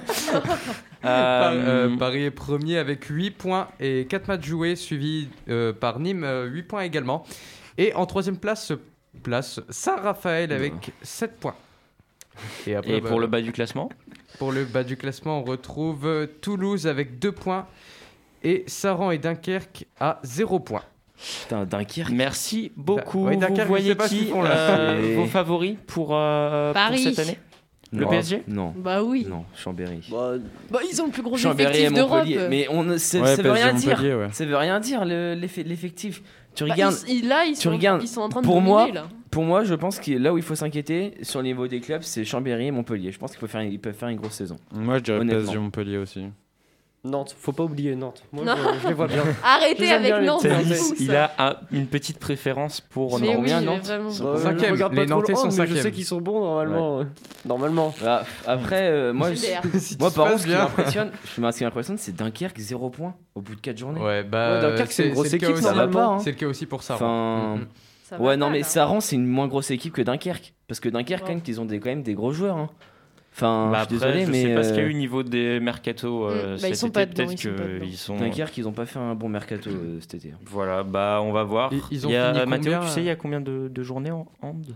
[SPEAKER 14] Par-
[SPEAKER 6] Euh,
[SPEAKER 14] euh, Paris est premier avec huit points et quatre matchs joués, suivi euh, par Nîmes, euh, huit points également. Et en troisième place se place Saint-Raphaël avec sept points. Et, après,
[SPEAKER 6] Et
[SPEAKER 14] bah,
[SPEAKER 6] pour le bas du classement
[SPEAKER 14] pour le bas du classement, on retrouve euh, Toulouse avec deux points et Saran et Dunkerque à zéro point.
[SPEAKER 13] Putain, Dunkerque.
[SPEAKER 6] Merci beaucoup.
[SPEAKER 14] Ouais, Dunkerque,
[SPEAKER 6] Vous
[SPEAKER 14] je sais
[SPEAKER 6] voyez
[SPEAKER 14] pas ce qu'ils
[SPEAKER 6] qui
[SPEAKER 14] font, là.
[SPEAKER 6] euh,
[SPEAKER 13] C'est-
[SPEAKER 6] vos favoris pour, euh, pour
[SPEAKER 11] Paris.
[SPEAKER 6] cette année Le
[SPEAKER 13] Non.
[SPEAKER 6] P S G
[SPEAKER 13] Non.
[SPEAKER 11] Bah oui.
[SPEAKER 13] Non, Chambéry.
[SPEAKER 10] Bah,
[SPEAKER 11] Bah, ils ont le plus gros
[SPEAKER 13] Chambéry et
[SPEAKER 11] effectif d'Europe.
[SPEAKER 13] Montpellier. Mais on, ne- ça,
[SPEAKER 9] Ouais,
[SPEAKER 13] ça veut
[SPEAKER 9] P S G
[SPEAKER 13] rien dire.
[SPEAKER 9] Montpellier, ouais.
[SPEAKER 13] Ça veut rien dire le- l'eff- l'effectif. Tu
[SPEAKER 11] Bah,
[SPEAKER 13] regardes.
[SPEAKER 11] ils- ils- là, ils
[SPEAKER 13] tu
[SPEAKER 11] sont,
[SPEAKER 13] regardes,
[SPEAKER 11] ils sont en train de
[SPEAKER 13] pour
[SPEAKER 11] dominer,
[SPEAKER 13] moi,
[SPEAKER 11] là.
[SPEAKER 13] Pour moi, je pense que là où il faut s'inquiéter sur le niveau des clubs, c'est Chambéry et Montpellier. Je pense qu'il faut faire, ils peuvent faire une grosse saison.
[SPEAKER 9] Moi, je dirais P S
[SPEAKER 13] Honnêtement.
[SPEAKER 9] G Montpellier aussi.
[SPEAKER 10] Nantes, faut pas oublier Nantes. Moi,
[SPEAKER 11] Non.
[SPEAKER 10] je, je les vois bien.
[SPEAKER 11] Arrêtez
[SPEAKER 10] Je les aime
[SPEAKER 11] avec
[SPEAKER 10] bien, les
[SPEAKER 11] Nantes,
[SPEAKER 10] petits.
[SPEAKER 11] c'est
[SPEAKER 6] Tanis,
[SPEAKER 11] fou,
[SPEAKER 6] il
[SPEAKER 11] ça.
[SPEAKER 6] a un- une petite préférence pour
[SPEAKER 11] Mais oui,
[SPEAKER 13] combien,
[SPEAKER 11] mais
[SPEAKER 13] Nantes
[SPEAKER 11] vraiment.
[SPEAKER 10] Bah,
[SPEAKER 14] Cinquième.
[SPEAKER 10] je regarde
[SPEAKER 14] Les
[SPEAKER 10] pas trop
[SPEAKER 14] Nantais
[SPEAKER 10] le
[SPEAKER 14] sont
[SPEAKER 10] hand, mais je sais
[SPEAKER 14] cinquième.
[SPEAKER 10] qu'ils sont bons normalement. ouais. Normalement.
[SPEAKER 13] Voilà. Après, euh, moi, je-
[SPEAKER 11] Super.
[SPEAKER 14] Si
[SPEAKER 13] moi
[SPEAKER 14] tout
[SPEAKER 13] par
[SPEAKER 14] se
[SPEAKER 13] contre,
[SPEAKER 14] passe
[SPEAKER 13] ce qui
[SPEAKER 14] bien.
[SPEAKER 13] m'impressionne, je- ce qui m'impressionne, c'est Dunkerque, zéro point au bout de quatre journées.
[SPEAKER 14] Ouais, bah,
[SPEAKER 10] Ouais, Dunkerque, c'est une grosse
[SPEAKER 14] le cas
[SPEAKER 10] équipe,
[SPEAKER 14] aussi.
[SPEAKER 13] ça va pas, hein.
[SPEAKER 14] C'est le cas aussi pour ça.
[SPEAKER 13] Enfin,
[SPEAKER 11] Ça va
[SPEAKER 13] ouais, non,
[SPEAKER 11] pas,
[SPEAKER 13] mais
[SPEAKER 11] là.
[SPEAKER 13] Saran, c'est une moins grosse équipe que Dunkerque. Parce que Dunkerque,
[SPEAKER 11] Ouais.
[SPEAKER 13] quand même, ils ont des, quand même des gros joueurs. hein. Enfin,
[SPEAKER 6] Bah
[SPEAKER 13] je
[SPEAKER 6] après,
[SPEAKER 13] suis désolé,
[SPEAKER 6] je
[SPEAKER 13] mais.
[SPEAKER 6] sais pas ce qu'il y a
[SPEAKER 13] euh,
[SPEAKER 6] eu au niveau des mercato euh,
[SPEAKER 11] Mm, bah, ils
[SPEAKER 6] cet
[SPEAKER 11] sont
[SPEAKER 6] été.
[SPEAKER 11] pas dedans,
[SPEAKER 6] Peut-être
[SPEAKER 11] ils sont pas dedans.
[SPEAKER 6] qu'ils sont.
[SPEAKER 13] Dunkerque, ils ont pas fait un bon mercato euh, cet été.
[SPEAKER 6] Voilà, bah on va voir.
[SPEAKER 14] Ils- ils ont
[SPEAKER 6] il y a,
[SPEAKER 14] fini
[SPEAKER 6] Mathéo,
[SPEAKER 14] combien,
[SPEAKER 6] tu sais,
[SPEAKER 14] euh
[SPEAKER 6] il y a combien de, de journées en hand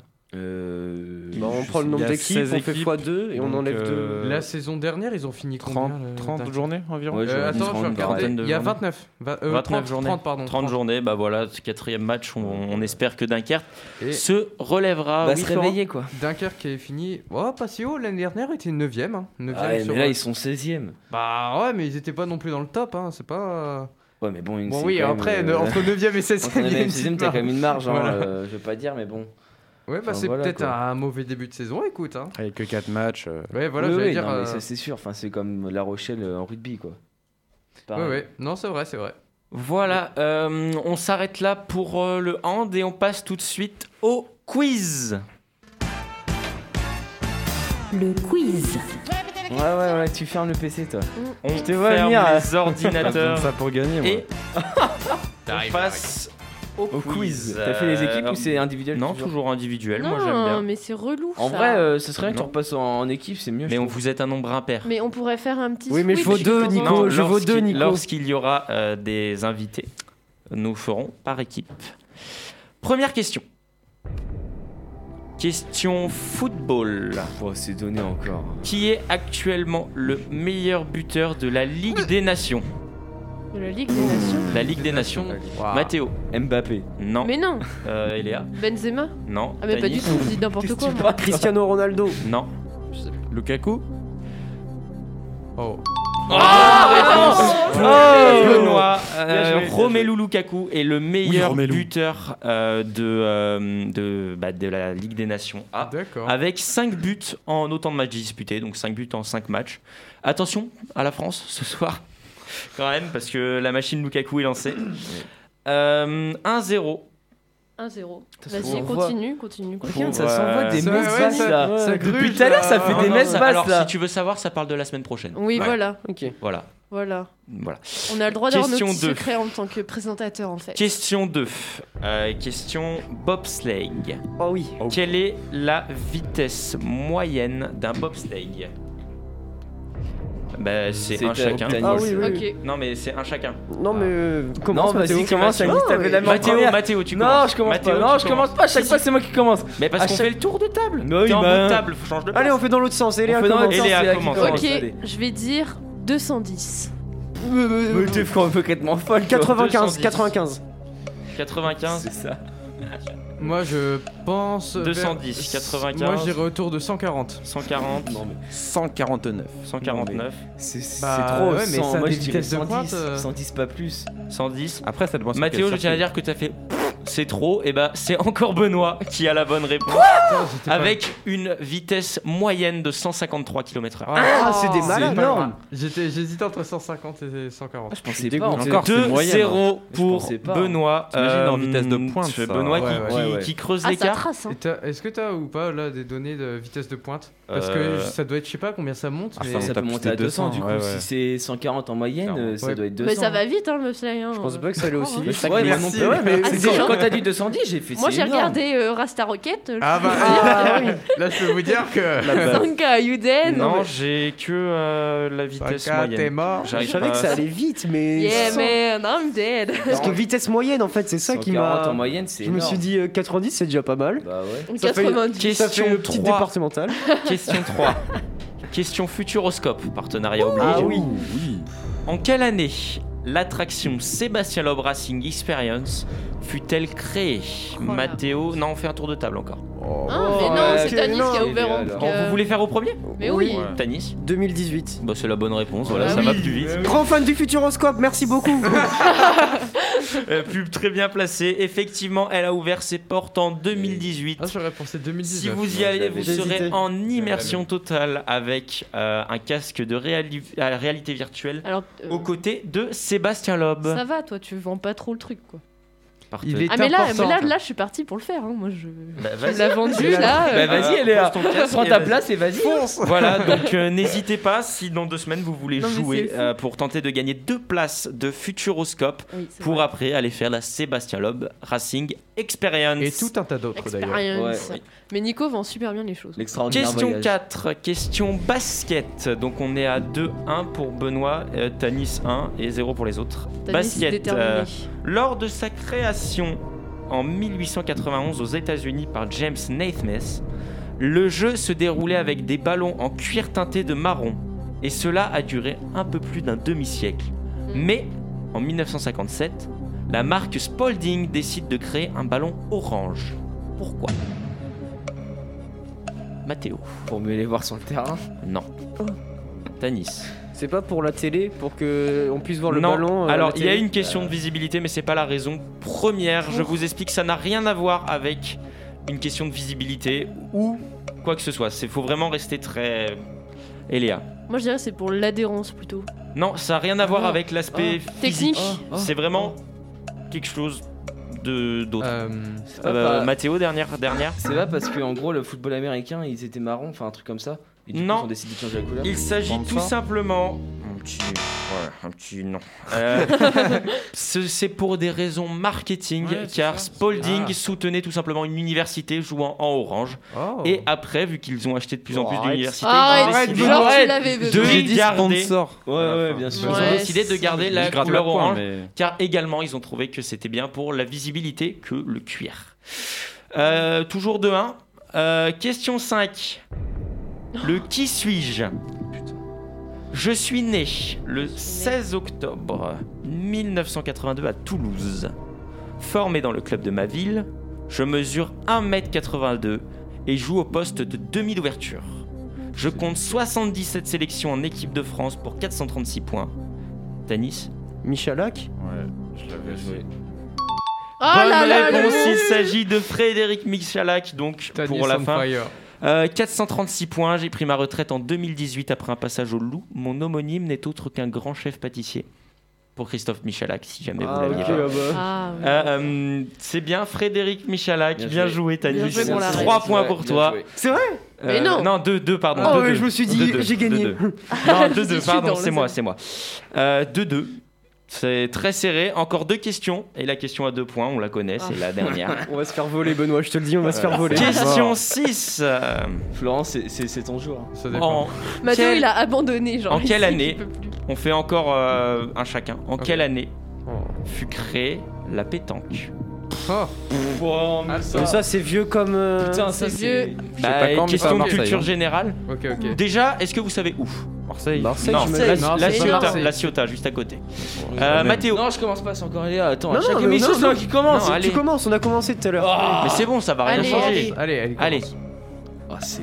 [SPEAKER 13] Euh,
[SPEAKER 10] Bah, on
[SPEAKER 13] je
[SPEAKER 10] prend le
[SPEAKER 13] sais-
[SPEAKER 10] nombre
[SPEAKER 9] il y a
[SPEAKER 10] d'équipes,
[SPEAKER 9] seize
[SPEAKER 10] on fait
[SPEAKER 9] équipes,
[SPEAKER 10] fois deux et on
[SPEAKER 9] donc,
[SPEAKER 10] enlève
[SPEAKER 9] euh,
[SPEAKER 10] deux.
[SPEAKER 14] La saison dernière, ils ont fini combien
[SPEAKER 9] trente,
[SPEAKER 14] le-
[SPEAKER 9] trente
[SPEAKER 14] Dunkerque
[SPEAKER 9] journées environ.
[SPEAKER 13] Ouais,
[SPEAKER 14] Euh,
[SPEAKER 13] j'aurais dit
[SPEAKER 14] Attends, je
[SPEAKER 13] trente,
[SPEAKER 14] vais regarder.
[SPEAKER 6] quarantaine de
[SPEAKER 14] Il y a
[SPEAKER 6] journées.
[SPEAKER 14] vingt-neuf. Va- euh,
[SPEAKER 6] vingt-neuf
[SPEAKER 14] trente,
[SPEAKER 6] journées.
[SPEAKER 14] trente, pardon.
[SPEAKER 6] trente journées, bah voilà, ce quatrième match, on, on espère que Dunkerque
[SPEAKER 14] Et
[SPEAKER 6] se relèvera.
[SPEAKER 13] Va
[SPEAKER 6] Oui,
[SPEAKER 13] se
[SPEAKER 6] Florent
[SPEAKER 13] réveiller, quoi.
[SPEAKER 14] Dunkerque est fini. Oh, pas si haut. L'année dernière, était neuvième. Hein. neuvième
[SPEAKER 13] Ah ouais,
[SPEAKER 14] sur-
[SPEAKER 13] mais là, ils sont seizième.
[SPEAKER 14] Bah ouais, mais ils étaient pas non plus dans le top. Hein. C'est pas.
[SPEAKER 13] Ouais, mais bon, une-
[SPEAKER 14] Bon,
[SPEAKER 13] c'est
[SPEAKER 14] oui,
[SPEAKER 13] quand même,
[SPEAKER 14] après,
[SPEAKER 13] euh,
[SPEAKER 14] entre neuvième et seizième,
[SPEAKER 13] entre
[SPEAKER 14] il y a
[SPEAKER 13] neuvième
[SPEAKER 14] une
[SPEAKER 13] et seizième,
[SPEAKER 14] petite
[SPEAKER 13] t'as quand même une marge, hein,
[SPEAKER 14] Voilà.
[SPEAKER 13] euh, je vais pas dire, mais bon.
[SPEAKER 14] Ouais, bah
[SPEAKER 13] Enfin,
[SPEAKER 14] c'est
[SPEAKER 13] voilà,
[SPEAKER 14] peut-être
[SPEAKER 13] quoi.
[SPEAKER 14] un mauvais début de saison, écoute. Hein.
[SPEAKER 9] Avec que quatre matchs. euh,
[SPEAKER 14] Ouais, voilà,
[SPEAKER 13] oui,
[SPEAKER 14] j'allais
[SPEAKER 13] oui,
[SPEAKER 14] dire.
[SPEAKER 13] non, mais
[SPEAKER 14] euh,
[SPEAKER 13] ça, c'est sûr. Enfin, c'est comme La Rochelle euh, en rugby, quoi. C'est
[SPEAKER 14] Ouais,
[SPEAKER 13] pareil.
[SPEAKER 14] ouais. Non, c'est vrai, c'est vrai.
[SPEAKER 6] Voilà, euh, on s'arrête là pour euh, le hand et on passe tout de suite au quiz.
[SPEAKER 4] Le quiz.
[SPEAKER 13] Ouais, ouais, ouais, tu fermes le P C, toi.
[SPEAKER 6] On
[SPEAKER 13] Je te vois
[SPEAKER 6] ferme
[SPEAKER 13] venir.
[SPEAKER 6] les ordinateurs
[SPEAKER 9] ça pour gagner, moi.
[SPEAKER 6] et on passe au,
[SPEAKER 13] Au
[SPEAKER 6] quiz.
[SPEAKER 13] quiz. T'as fait les équipes
[SPEAKER 6] Euh,
[SPEAKER 13] ou c'est individuel
[SPEAKER 6] Non,
[SPEAKER 13] toujours,
[SPEAKER 6] toujours individuel.
[SPEAKER 11] Non,
[SPEAKER 6] Moi, j'aime bien.
[SPEAKER 11] mais c'est relou.
[SPEAKER 13] En
[SPEAKER 11] ça.
[SPEAKER 13] vrai, euh, ce serait bien que tu
[SPEAKER 6] Non.
[SPEAKER 13] repasses en, en équipe, c'est mieux.
[SPEAKER 6] Mais on, vous êtes un nombre impair.
[SPEAKER 11] Mais on pourrait faire un petit.
[SPEAKER 10] Oui, mais je
[SPEAKER 11] switch
[SPEAKER 10] vaux deux,
[SPEAKER 11] de temps en
[SPEAKER 10] Nico.
[SPEAKER 11] temps.
[SPEAKER 6] Non,
[SPEAKER 10] je vaux deux,
[SPEAKER 6] lorsqu'il-
[SPEAKER 10] Nico.
[SPEAKER 6] Lorsqu'il y aura euh, des invités, nous ferons par équipe. Première question. Question football.
[SPEAKER 13] Oh, c'est donné encore.
[SPEAKER 6] Qui est actuellement le meilleur buteur de la Ligue des Nations?
[SPEAKER 11] De la Ligue des Nations.
[SPEAKER 6] La Ligue des Nations.
[SPEAKER 14] Waouh.
[SPEAKER 6] Mathéo.
[SPEAKER 13] Mbappé.
[SPEAKER 6] Non.
[SPEAKER 11] Mais non.
[SPEAKER 6] Euh, Eléa.
[SPEAKER 11] Benzema.
[SPEAKER 6] Non.
[SPEAKER 11] Ah mais pas
[SPEAKER 6] Tanis.
[SPEAKER 11] du tout. Je dis n'importe quoi. moi.
[SPEAKER 10] Cristiano Ronaldo.
[SPEAKER 6] Non.
[SPEAKER 9] Lukaku.
[SPEAKER 14] Oh.
[SPEAKER 6] Oh, réponse pour
[SPEAKER 10] Oh.
[SPEAKER 6] Benoît.
[SPEAKER 10] Bien
[SPEAKER 6] Euh,
[SPEAKER 10] joué, bien
[SPEAKER 6] Romelu Lukaku est le meilleur
[SPEAKER 9] Romelu.
[SPEAKER 6] buteur euh, de, euh, de, bah, de la Ligue des Nations A.
[SPEAKER 14] D'accord.
[SPEAKER 6] Avec cinq buts en autant de matchs disputés, donc cinq buts en cinq matchs. Attention à la France ce soir, quand même, parce que la machine Lukaku est lancée. Euh, un zéro.
[SPEAKER 11] un zéro.
[SPEAKER 13] Ça,
[SPEAKER 11] Vas-y,
[SPEAKER 13] on
[SPEAKER 11] continue, continue. continue.
[SPEAKER 13] Regarde, ça s'envoie des
[SPEAKER 14] Ça,
[SPEAKER 13] messes
[SPEAKER 14] ouais,
[SPEAKER 13] basses
[SPEAKER 14] ça-
[SPEAKER 13] là.
[SPEAKER 14] ça
[SPEAKER 13] Depuis
[SPEAKER 14] gruge,
[SPEAKER 13] tout à l'heure, ça
[SPEAKER 14] là.
[SPEAKER 13] fait
[SPEAKER 6] Non,
[SPEAKER 13] des
[SPEAKER 6] non,
[SPEAKER 13] messes
[SPEAKER 6] ça-
[SPEAKER 13] basses
[SPEAKER 6] alors,
[SPEAKER 13] là.
[SPEAKER 6] si tu veux savoir, ça parle de la semaine prochaine.
[SPEAKER 11] Oui,
[SPEAKER 6] Ouais.
[SPEAKER 11] voilà.
[SPEAKER 10] Ok.
[SPEAKER 6] Voilà.
[SPEAKER 11] Voilà.
[SPEAKER 6] Voilà.
[SPEAKER 11] On a le droit d'avoir nos
[SPEAKER 6] Question
[SPEAKER 11] petits
[SPEAKER 6] deux.
[SPEAKER 11] secrets en tant que présentateur en fait.
[SPEAKER 6] Question deux. Euh, question bobsleigh.
[SPEAKER 10] Oh oui.
[SPEAKER 6] Quelle est la vitesse moyenne d'un bobsleigh? Bah, c'est
[SPEAKER 13] C'est
[SPEAKER 6] un
[SPEAKER 13] ta-
[SPEAKER 6] chacun.
[SPEAKER 13] ta-
[SPEAKER 10] Ah oui, oui. oui.
[SPEAKER 11] Ok.
[SPEAKER 6] Non, mais c'est un chacun.
[SPEAKER 10] Non, mais euh,
[SPEAKER 13] Non,
[SPEAKER 10] commence,
[SPEAKER 13] vas-y,
[SPEAKER 10] Mathéo.
[SPEAKER 13] commence, Agnès,
[SPEAKER 10] Non,
[SPEAKER 13] t'avais la
[SPEAKER 10] mais-
[SPEAKER 13] main en
[SPEAKER 6] Mathéo,
[SPEAKER 13] première.
[SPEAKER 6] Mathéo, tu
[SPEAKER 13] Non,
[SPEAKER 6] commences.
[SPEAKER 13] je commence
[SPEAKER 6] Mathéo,
[SPEAKER 13] pas.
[SPEAKER 6] tu
[SPEAKER 13] Non, je commence pas. À chaque
[SPEAKER 6] Si,
[SPEAKER 13] fois,
[SPEAKER 6] si.
[SPEAKER 13] c'est moi qui commence.
[SPEAKER 6] Mais parce
[SPEAKER 13] À
[SPEAKER 6] qu'on
[SPEAKER 13] chaque-
[SPEAKER 6] fait le tour de table.
[SPEAKER 13] Mais oui,
[SPEAKER 6] T'es en
[SPEAKER 13] bah-
[SPEAKER 6] bout de table, change de place.
[SPEAKER 10] Allez, on fait dans l'autre sens. Eléa,
[SPEAKER 13] On fait dans
[SPEAKER 10] commence.
[SPEAKER 13] l'autre sens,
[SPEAKER 6] Eléa,
[SPEAKER 13] c'est là qui
[SPEAKER 6] commence.
[SPEAKER 13] commence,
[SPEAKER 11] Ok,
[SPEAKER 13] allez.
[SPEAKER 11] je vais dire deux cent dix.
[SPEAKER 13] Mais t'es complètement folle. toi.
[SPEAKER 10] quatre-vingt-quinze.
[SPEAKER 6] deux cent dix.
[SPEAKER 10] quatre-vingt-quinze.
[SPEAKER 6] quatre-vingt-quinze.
[SPEAKER 13] C'est ça.
[SPEAKER 14] Moi, je pense.
[SPEAKER 6] deux cent
[SPEAKER 14] vers-
[SPEAKER 6] dix, quatre-vingt-quinze.
[SPEAKER 14] Moi, j'irai autour de cent quarante.
[SPEAKER 6] cent quarante.
[SPEAKER 13] Non, mais
[SPEAKER 9] cent quarante-neuf.
[SPEAKER 6] cent quarante-neuf.
[SPEAKER 13] c'est c'est
[SPEAKER 14] Bah,
[SPEAKER 13] trop.
[SPEAKER 14] ouais, mais
[SPEAKER 13] cent,
[SPEAKER 14] ça a
[SPEAKER 13] moi
[SPEAKER 14] des
[SPEAKER 13] je dirais
[SPEAKER 14] vitesses de
[SPEAKER 13] cent dix.
[SPEAKER 14] pointe, euh.
[SPEAKER 13] cent dix, pas plus.
[SPEAKER 6] cent dix.
[SPEAKER 9] Après, ça dépend sur
[SPEAKER 6] Mathéo,
[SPEAKER 9] quel
[SPEAKER 6] je tiens à
[SPEAKER 9] circuit.
[SPEAKER 6] dire que t'as fait c'est trop, et bah c'est encore Benoît qui a la bonne réponse.
[SPEAKER 14] J'étais pas-
[SPEAKER 6] Avec une vitesse moyenne de cent cinquante-trois kilomètres heure.
[SPEAKER 10] Ah, c'est des
[SPEAKER 14] C'est
[SPEAKER 10] malades.
[SPEAKER 14] pas
[SPEAKER 10] énormes.
[SPEAKER 14] grave. J'étais- J'hésitais entre cent cinquante et cent quarante.
[SPEAKER 13] Je pensais
[SPEAKER 10] dégoûté.
[SPEAKER 13] pas. en fait.
[SPEAKER 9] Encore, c'est
[SPEAKER 6] deux
[SPEAKER 9] moyenne,
[SPEAKER 6] zéro
[SPEAKER 13] Je
[SPEAKER 6] pour
[SPEAKER 13] pensais pas.
[SPEAKER 6] Benoît.
[SPEAKER 9] T'imagines en
[SPEAKER 6] Euh,
[SPEAKER 9] vitesse de pointe, ça.
[SPEAKER 6] Benoît qui,
[SPEAKER 14] Ouais,
[SPEAKER 6] qui-
[SPEAKER 13] ouais, ouais.
[SPEAKER 6] qui creuse
[SPEAKER 11] Ah, ça
[SPEAKER 6] l'écart.
[SPEAKER 11] trace. Hein.
[SPEAKER 14] Et t'as- Est-ce que t'as ou pas là des données de vitesse de pointe? Parce
[SPEAKER 6] Euh,
[SPEAKER 14] que ça doit être, je sais pas combien ça monte.
[SPEAKER 9] Ah,
[SPEAKER 14] mais...
[SPEAKER 9] ça
[SPEAKER 13] Ça
[SPEAKER 9] on
[SPEAKER 13] peut
[SPEAKER 9] tape
[SPEAKER 13] monter à
[SPEAKER 9] plus de
[SPEAKER 13] deux cents du coup.
[SPEAKER 9] ouais, ouais.
[SPEAKER 13] Si c'est cent quarante en moyenne,
[SPEAKER 9] Clairement.
[SPEAKER 13] euh, ça
[SPEAKER 14] Ouais.
[SPEAKER 13] doit être deux cents.
[SPEAKER 11] Mais ça va vite, hein, le Mustang. hein.
[SPEAKER 10] Je pensais pas que ça allait aussi vite.
[SPEAKER 13] Ouais, mais
[SPEAKER 14] Merci.
[SPEAKER 13] ouais, mais
[SPEAKER 11] Ah,
[SPEAKER 13] c'est
[SPEAKER 11] c'est
[SPEAKER 13] quand,
[SPEAKER 11] genre-
[SPEAKER 13] quand t'as dit deux cent dix, j'ai fait
[SPEAKER 11] Moi
[SPEAKER 13] c'est
[SPEAKER 11] j'ai
[SPEAKER 13] énorme.
[SPEAKER 11] regardé euh, Rasta Rocket. je
[SPEAKER 14] Ah
[SPEAKER 11] peux
[SPEAKER 14] bah,
[SPEAKER 11] vous dire.
[SPEAKER 14] là je peux vous dire que.
[SPEAKER 11] Sanka Yuden.
[SPEAKER 6] Non, j'ai que euh, la vitesse
[SPEAKER 14] Sanka, t'es
[SPEAKER 6] moyenne.
[SPEAKER 14] mort.
[SPEAKER 10] Je
[SPEAKER 6] J'arrive
[SPEAKER 10] savais
[SPEAKER 6] pas
[SPEAKER 10] que
[SPEAKER 6] à-
[SPEAKER 10] ça allait vite, mais.
[SPEAKER 11] Yeah
[SPEAKER 10] cent-
[SPEAKER 11] man, I'm dead.
[SPEAKER 10] Parce que vitesse moyenne, en fait, c'est ça qui
[SPEAKER 13] cent quarante
[SPEAKER 10] m'a.
[SPEAKER 13] en moyenne, c'est
[SPEAKER 10] Je me suis
[SPEAKER 13] énorme.
[SPEAKER 10] dit euh, quatre-vingt-dix, c'est déjà pas mal.
[SPEAKER 13] Bah ouais.
[SPEAKER 10] Ça fait-
[SPEAKER 11] quatre-vingt-dix.
[SPEAKER 10] Ça fait
[SPEAKER 6] Question
[SPEAKER 10] une petite
[SPEAKER 6] trois.
[SPEAKER 10] départementale.
[SPEAKER 6] Question trois. Question Futuroscope, partenariat obligé.
[SPEAKER 10] Ah oui.
[SPEAKER 9] Oui.
[SPEAKER 6] En quelle année l'attraction Sébastien Loeb Racing Experience fut-elle créée?
[SPEAKER 11] Oh là.
[SPEAKER 6] Mathéo, non, on fait un tour de table encore.
[SPEAKER 11] Ah, mais non,
[SPEAKER 13] ouais,
[SPEAKER 11] c'est Tanis
[SPEAKER 10] non.
[SPEAKER 11] qui a ouvert en
[SPEAKER 13] Alors.
[SPEAKER 6] Bon, vous voulez faire au premier?
[SPEAKER 11] Mais oui.
[SPEAKER 6] Ouais. Tanis?
[SPEAKER 10] deux mille dix-huit.
[SPEAKER 6] Bah, c'est la bonne réponse, voilà,
[SPEAKER 11] Ah
[SPEAKER 6] ça
[SPEAKER 11] oui.
[SPEAKER 6] va plus vite.
[SPEAKER 10] Grand fan du Futuroscope, merci beaucoup.
[SPEAKER 6] Euh, pub très bien placé. Effectivement, elle a ouvert ses portes en deux mille dix-huit.
[SPEAKER 14] Ah, j'aurais pensé deux mille dix-neuf.
[SPEAKER 6] Si vous y
[SPEAKER 13] Non,
[SPEAKER 6] allez,
[SPEAKER 13] j'avais-
[SPEAKER 6] vous
[SPEAKER 10] j'ai
[SPEAKER 6] serez
[SPEAKER 10] hésité.
[SPEAKER 6] en immersion totale avec euh, un casque de réali- euh, réalité virtuelle
[SPEAKER 11] Alors, euh,
[SPEAKER 6] aux côtés de Sébastien Loeb.
[SPEAKER 11] ça va, toi, tu vends pas trop le truc, quoi.
[SPEAKER 6] Parte-
[SPEAKER 14] Il est
[SPEAKER 11] Ah, mais là,
[SPEAKER 14] important.
[SPEAKER 11] mais là, là, je suis parti pour le faire. Hein. Moi, je.
[SPEAKER 6] Bah,
[SPEAKER 11] Tu
[SPEAKER 6] vas-y.
[SPEAKER 11] me l'as vendu, là.
[SPEAKER 13] Bah
[SPEAKER 11] euh,
[SPEAKER 13] vas-y,
[SPEAKER 6] Euh,
[SPEAKER 13] Eléa.
[SPEAKER 6] pose ton casque
[SPEAKER 13] Prends
[SPEAKER 6] et
[SPEAKER 13] ta
[SPEAKER 6] vas-y.
[SPEAKER 13] place et vas-y.
[SPEAKER 6] Voilà, donc euh, n'hésitez pas si dans deux semaines vous voulez
[SPEAKER 11] Non, mais
[SPEAKER 6] jouer
[SPEAKER 11] c'est fou.
[SPEAKER 6] euh, pour tenter de gagner deux places de Futuroscope
[SPEAKER 11] Oui, c'est
[SPEAKER 6] pour
[SPEAKER 11] vrai.
[SPEAKER 6] après aller faire la Sébastien Loeb Racing Experience.
[SPEAKER 14] Et tout un tas d'autres d'ailleurs.
[SPEAKER 11] Experience.
[SPEAKER 13] Ouais.
[SPEAKER 11] Mais Nico vend super bien les choses.
[SPEAKER 13] L'extraordinaire
[SPEAKER 6] Question
[SPEAKER 13] voyage.
[SPEAKER 6] quatre, question basket. Donc on est à deux un pour Benoît, euh, Tanis un et zéro pour les autres.
[SPEAKER 11] Tanis,
[SPEAKER 6] basket.
[SPEAKER 11] déterminé.
[SPEAKER 6] euh, lors de sa création en mille huit cent quatre-vingt-onze aux États-Unis par James Naismith, le jeu se déroulait avec des ballons en cuir teinté de marron. Et cela a duré un peu plus d'un demi-siècle. Mais en mille neuf cent cinquante-sept, la marque Spalding décide de créer un ballon orange. Pourquoi? Mathéo.
[SPEAKER 13] Pour mieux les voir sur le terrain.
[SPEAKER 6] Non. Tanis.
[SPEAKER 10] C'est pas pour la télé, pour que on puisse voir le
[SPEAKER 6] non.
[SPEAKER 10] ballon. euh, à
[SPEAKER 6] Alors
[SPEAKER 10] la
[SPEAKER 6] il y a
[SPEAKER 10] télé
[SPEAKER 6] une question de visibilité, mais c'est pas la raison première. Je vous explique, ça n'a rien à voir avec une question de visibilité ou quoi que ce soit. Il faut vraiment rester très. Eléa.
[SPEAKER 11] Moi, je dirais que c'est pour l'adhérence plutôt.
[SPEAKER 6] Non, ça n'a rien à voir
[SPEAKER 11] Ah.
[SPEAKER 6] avec l'aspect
[SPEAKER 11] Ah.
[SPEAKER 6] physique.
[SPEAKER 11] Technique.
[SPEAKER 13] Oh, oh,
[SPEAKER 6] c'est vraiment quelque chose de d'autre.
[SPEAKER 14] Euh,
[SPEAKER 13] C'est pas,
[SPEAKER 6] Euh,
[SPEAKER 13] pas-
[SPEAKER 6] Mathéo, dernière, dernière.
[SPEAKER 13] c'est pas parce que en gros le football américain ils étaient marrons, enfin un truc comme ça. Et du
[SPEAKER 6] Non.
[SPEAKER 13] coup ils ont décidé de changer la couleur.
[SPEAKER 6] Il s'agit
[SPEAKER 9] Prendre
[SPEAKER 6] tout
[SPEAKER 9] ça.
[SPEAKER 6] simplement, petit, ouais, un petit non. Euh, ce- c'est pour des raisons marketing,
[SPEAKER 14] Ouais, c'est
[SPEAKER 6] car
[SPEAKER 14] ça.
[SPEAKER 6] Spalding
[SPEAKER 14] Ah.
[SPEAKER 6] soutenait tout simplement une université jouant en orange.
[SPEAKER 14] Oh.
[SPEAKER 6] Et après, vu qu'ils ont acheté de plus en
[SPEAKER 10] Oh,
[SPEAKER 6] plus
[SPEAKER 10] arrête.
[SPEAKER 6] d'universités,
[SPEAKER 11] Arrête,
[SPEAKER 6] ils ont décidé
[SPEAKER 11] genre, tu
[SPEAKER 6] Arrête
[SPEAKER 11] l'avais
[SPEAKER 6] de
[SPEAKER 11] besoin.
[SPEAKER 9] J'ai dit
[SPEAKER 6] garder.
[SPEAKER 9] sponsor.
[SPEAKER 13] Ouais, ouais, bien sûr.
[SPEAKER 6] Ils ont
[SPEAKER 11] Ouais,
[SPEAKER 6] décidé de
[SPEAKER 11] c'est-
[SPEAKER 6] garder la
[SPEAKER 9] Je gratte
[SPEAKER 6] couleur
[SPEAKER 9] pas le point,
[SPEAKER 6] orange,
[SPEAKER 9] mais-
[SPEAKER 6] car également ils ont trouvé que c'était bien pour la visibilité que le cuir. Euh, toujours deux un. Euh, question cinq. Le qui suis-je? Je suis né le seize octobre mille neuf cent quatre-vingt-deux à Toulouse. Formé dans le club de ma ville, je mesure un mètre quatre-vingt-deux et joue au poste de demi d'ouverture. Je compte soixante-dix-sept sélections en équipe de France pour quatre cent trente-six points. Tanis?
[SPEAKER 10] Michalak.
[SPEAKER 9] Ouais, je l'avais joué.
[SPEAKER 11] Oh
[SPEAKER 6] Bonne
[SPEAKER 11] là là
[SPEAKER 6] réponse,
[SPEAKER 11] là.
[SPEAKER 6] il s'agit de Frédéric Michalak, donc
[SPEAKER 14] Tanis
[SPEAKER 6] pour la
[SPEAKER 14] on
[SPEAKER 6] fin.
[SPEAKER 14] fire.
[SPEAKER 6] Euh, quatre cent trente-six points, j'ai pris ma retraite en deux mille dix-huit après un passage au Loup. Mon homonyme n'est autre qu'un grand chef pâtissier. Pour Christophe Michalak, si jamais vous
[SPEAKER 10] Ah,
[SPEAKER 6] l'aviez
[SPEAKER 10] ok,
[SPEAKER 6] pas.
[SPEAKER 10] ah bah.
[SPEAKER 11] Ah, ouais.
[SPEAKER 6] Euh, euh, c'est bien Frédéric Michalak, bien,
[SPEAKER 13] Bien
[SPEAKER 6] joué,
[SPEAKER 13] joué.
[SPEAKER 6] Tanis.
[SPEAKER 11] Bien joué pour la
[SPEAKER 6] trois
[SPEAKER 11] ref.
[SPEAKER 6] points
[SPEAKER 13] Ouais,
[SPEAKER 6] pour
[SPEAKER 13] bien
[SPEAKER 6] toi.
[SPEAKER 13] joué.
[SPEAKER 10] C'est vrai?
[SPEAKER 11] Mais non.
[SPEAKER 6] Non, deux deux, pardon.
[SPEAKER 10] Ah
[SPEAKER 6] deux,
[SPEAKER 10] ouais,
[SPEAKER 6] deux.
[SPEAKER 10] je me suis dit,
[SPEAKER 6] deux, deux,
[SPEAKER 10] j'ai gagné.
[SPEAKER 6] deux, deux. Non, deux
[SPEAKER 11] Je
[SPEAKER 6] deux,
[SPEAKER 11] suis
[SPEAKER 6] pardon,
[SPEAKER 11] dans
[SPEAKER 6] c'est
[SPEAKER 11] le
[SPEAKER 6] moi,
[SPEAKER 11] zéro.
[SPEAKER 6] c'est moi. Euh, deux deux. C'est très serré. Encore deux questions. Et la question à deux points, on la connaît, c'est la dernière.
[SPEAKER 10] On va se faire voler, Benoît, je te le dis, on va se faire voler.
[SPEAKER 6] Question six. euh,
[SPEAKER 13] Florent, c'est- c'est c'est ton jour. hein.
[SPEAKER 14] Ça dépend.
[SPEAKER 6] en
[SPEAKER 11] Mathéo,
[SPEAKER 6] quelle-
[SPEAKER 11] il a abandonné. Genre,
[SPEAKER 6] en
[SPEAKER 11] il
[SPEAKER 6] quelle
[SPEAKER 11] sait
[SPEAKER 6] année
[SPEAKER 11] qu'il peut plus.
[SPEAKER 6] On fait encore euh, un chacun. En
[SPEAKER 14] Ok.
[SPEAKER 6] quelle année
[SPEAKER 14] Oh.
[SPEAKER 6] fut créée la pétanque?
[SPEAKER 14] Oh.
[SPEAKER 13] Wow, mais
[SPEAKER 14] Ah,
[SPEAKER 13] ça-
[SPEAKER 10] Mais ça, c'est vieux comme. euh,
[SPEAKER 13] Putain,
[SPEAKER 11] c'est
[SPEAKER 13] ça
[SPEAKER 11] vieux.
[SPEAKER 9] Je sais pas quand, mais
[SPEAKER 6] question
[SPEAKER 9] c'est à
[SPEAKER 6] de
[SPEAKER 9] Marseille,
[SPEAKER 6] culture
[SPEAKER 9] hein.
[SPEAKER 6] générale.
[SPEAKER 14] Ok, ok.
[SPEAKER 6] Déjà, est-ce que vous savez où?
[SPEAKER 9] Marseille.
[SPEAKER 10] Marseille,
[SPEAKER 6] Non,
[SPEAKER 10] je me
[SPEAKER 6] c'est
[SPEAKER 10] laisse.
[SPEAKER 14] Non,
[SPEAKER 6] la
[SPEAKER 14] c'est
[SPEAKER 6] Ciotat,
[SPEAKER 11] Marseille.
[SPEAKER 6] la Ciotat, juste à côté.
[SPEAKER 9] Ouais,
[SPEAKER 6] Euh,
[SPEAKER 9] même.
[SPEAKER 6] Mathéo.
[SPEAKER 13] Non, je commence pas, c'est encore Léa. Attends,
[SPEAKER 10] Non,
[SPEAKER 13] à chaque
[SPEAKER 10] non,
[SPEAKER 13] émission,
[SPEAKER 10] non,
[SPEAKER 13] c'est moi
[SPEAKER 10] non.
[SPEAKER 13] qui commence.
[SPEAKER 6] Non, allez.
[SPEAKER 10] Tu commences, on a commencé tout à l'heure.
[SPEAKER 6] Mais c'est bon, ça va rien
[SPEAKER 11] Allez,
[SPEAKER 6] changer.
[SPEAKER 11] allez.
[SPEAKER 14] Allez, allez.
[SPEAKER 6] Allez.
[SPEAKER 14] commence.
[SPEAKER 13] Ah, c'est.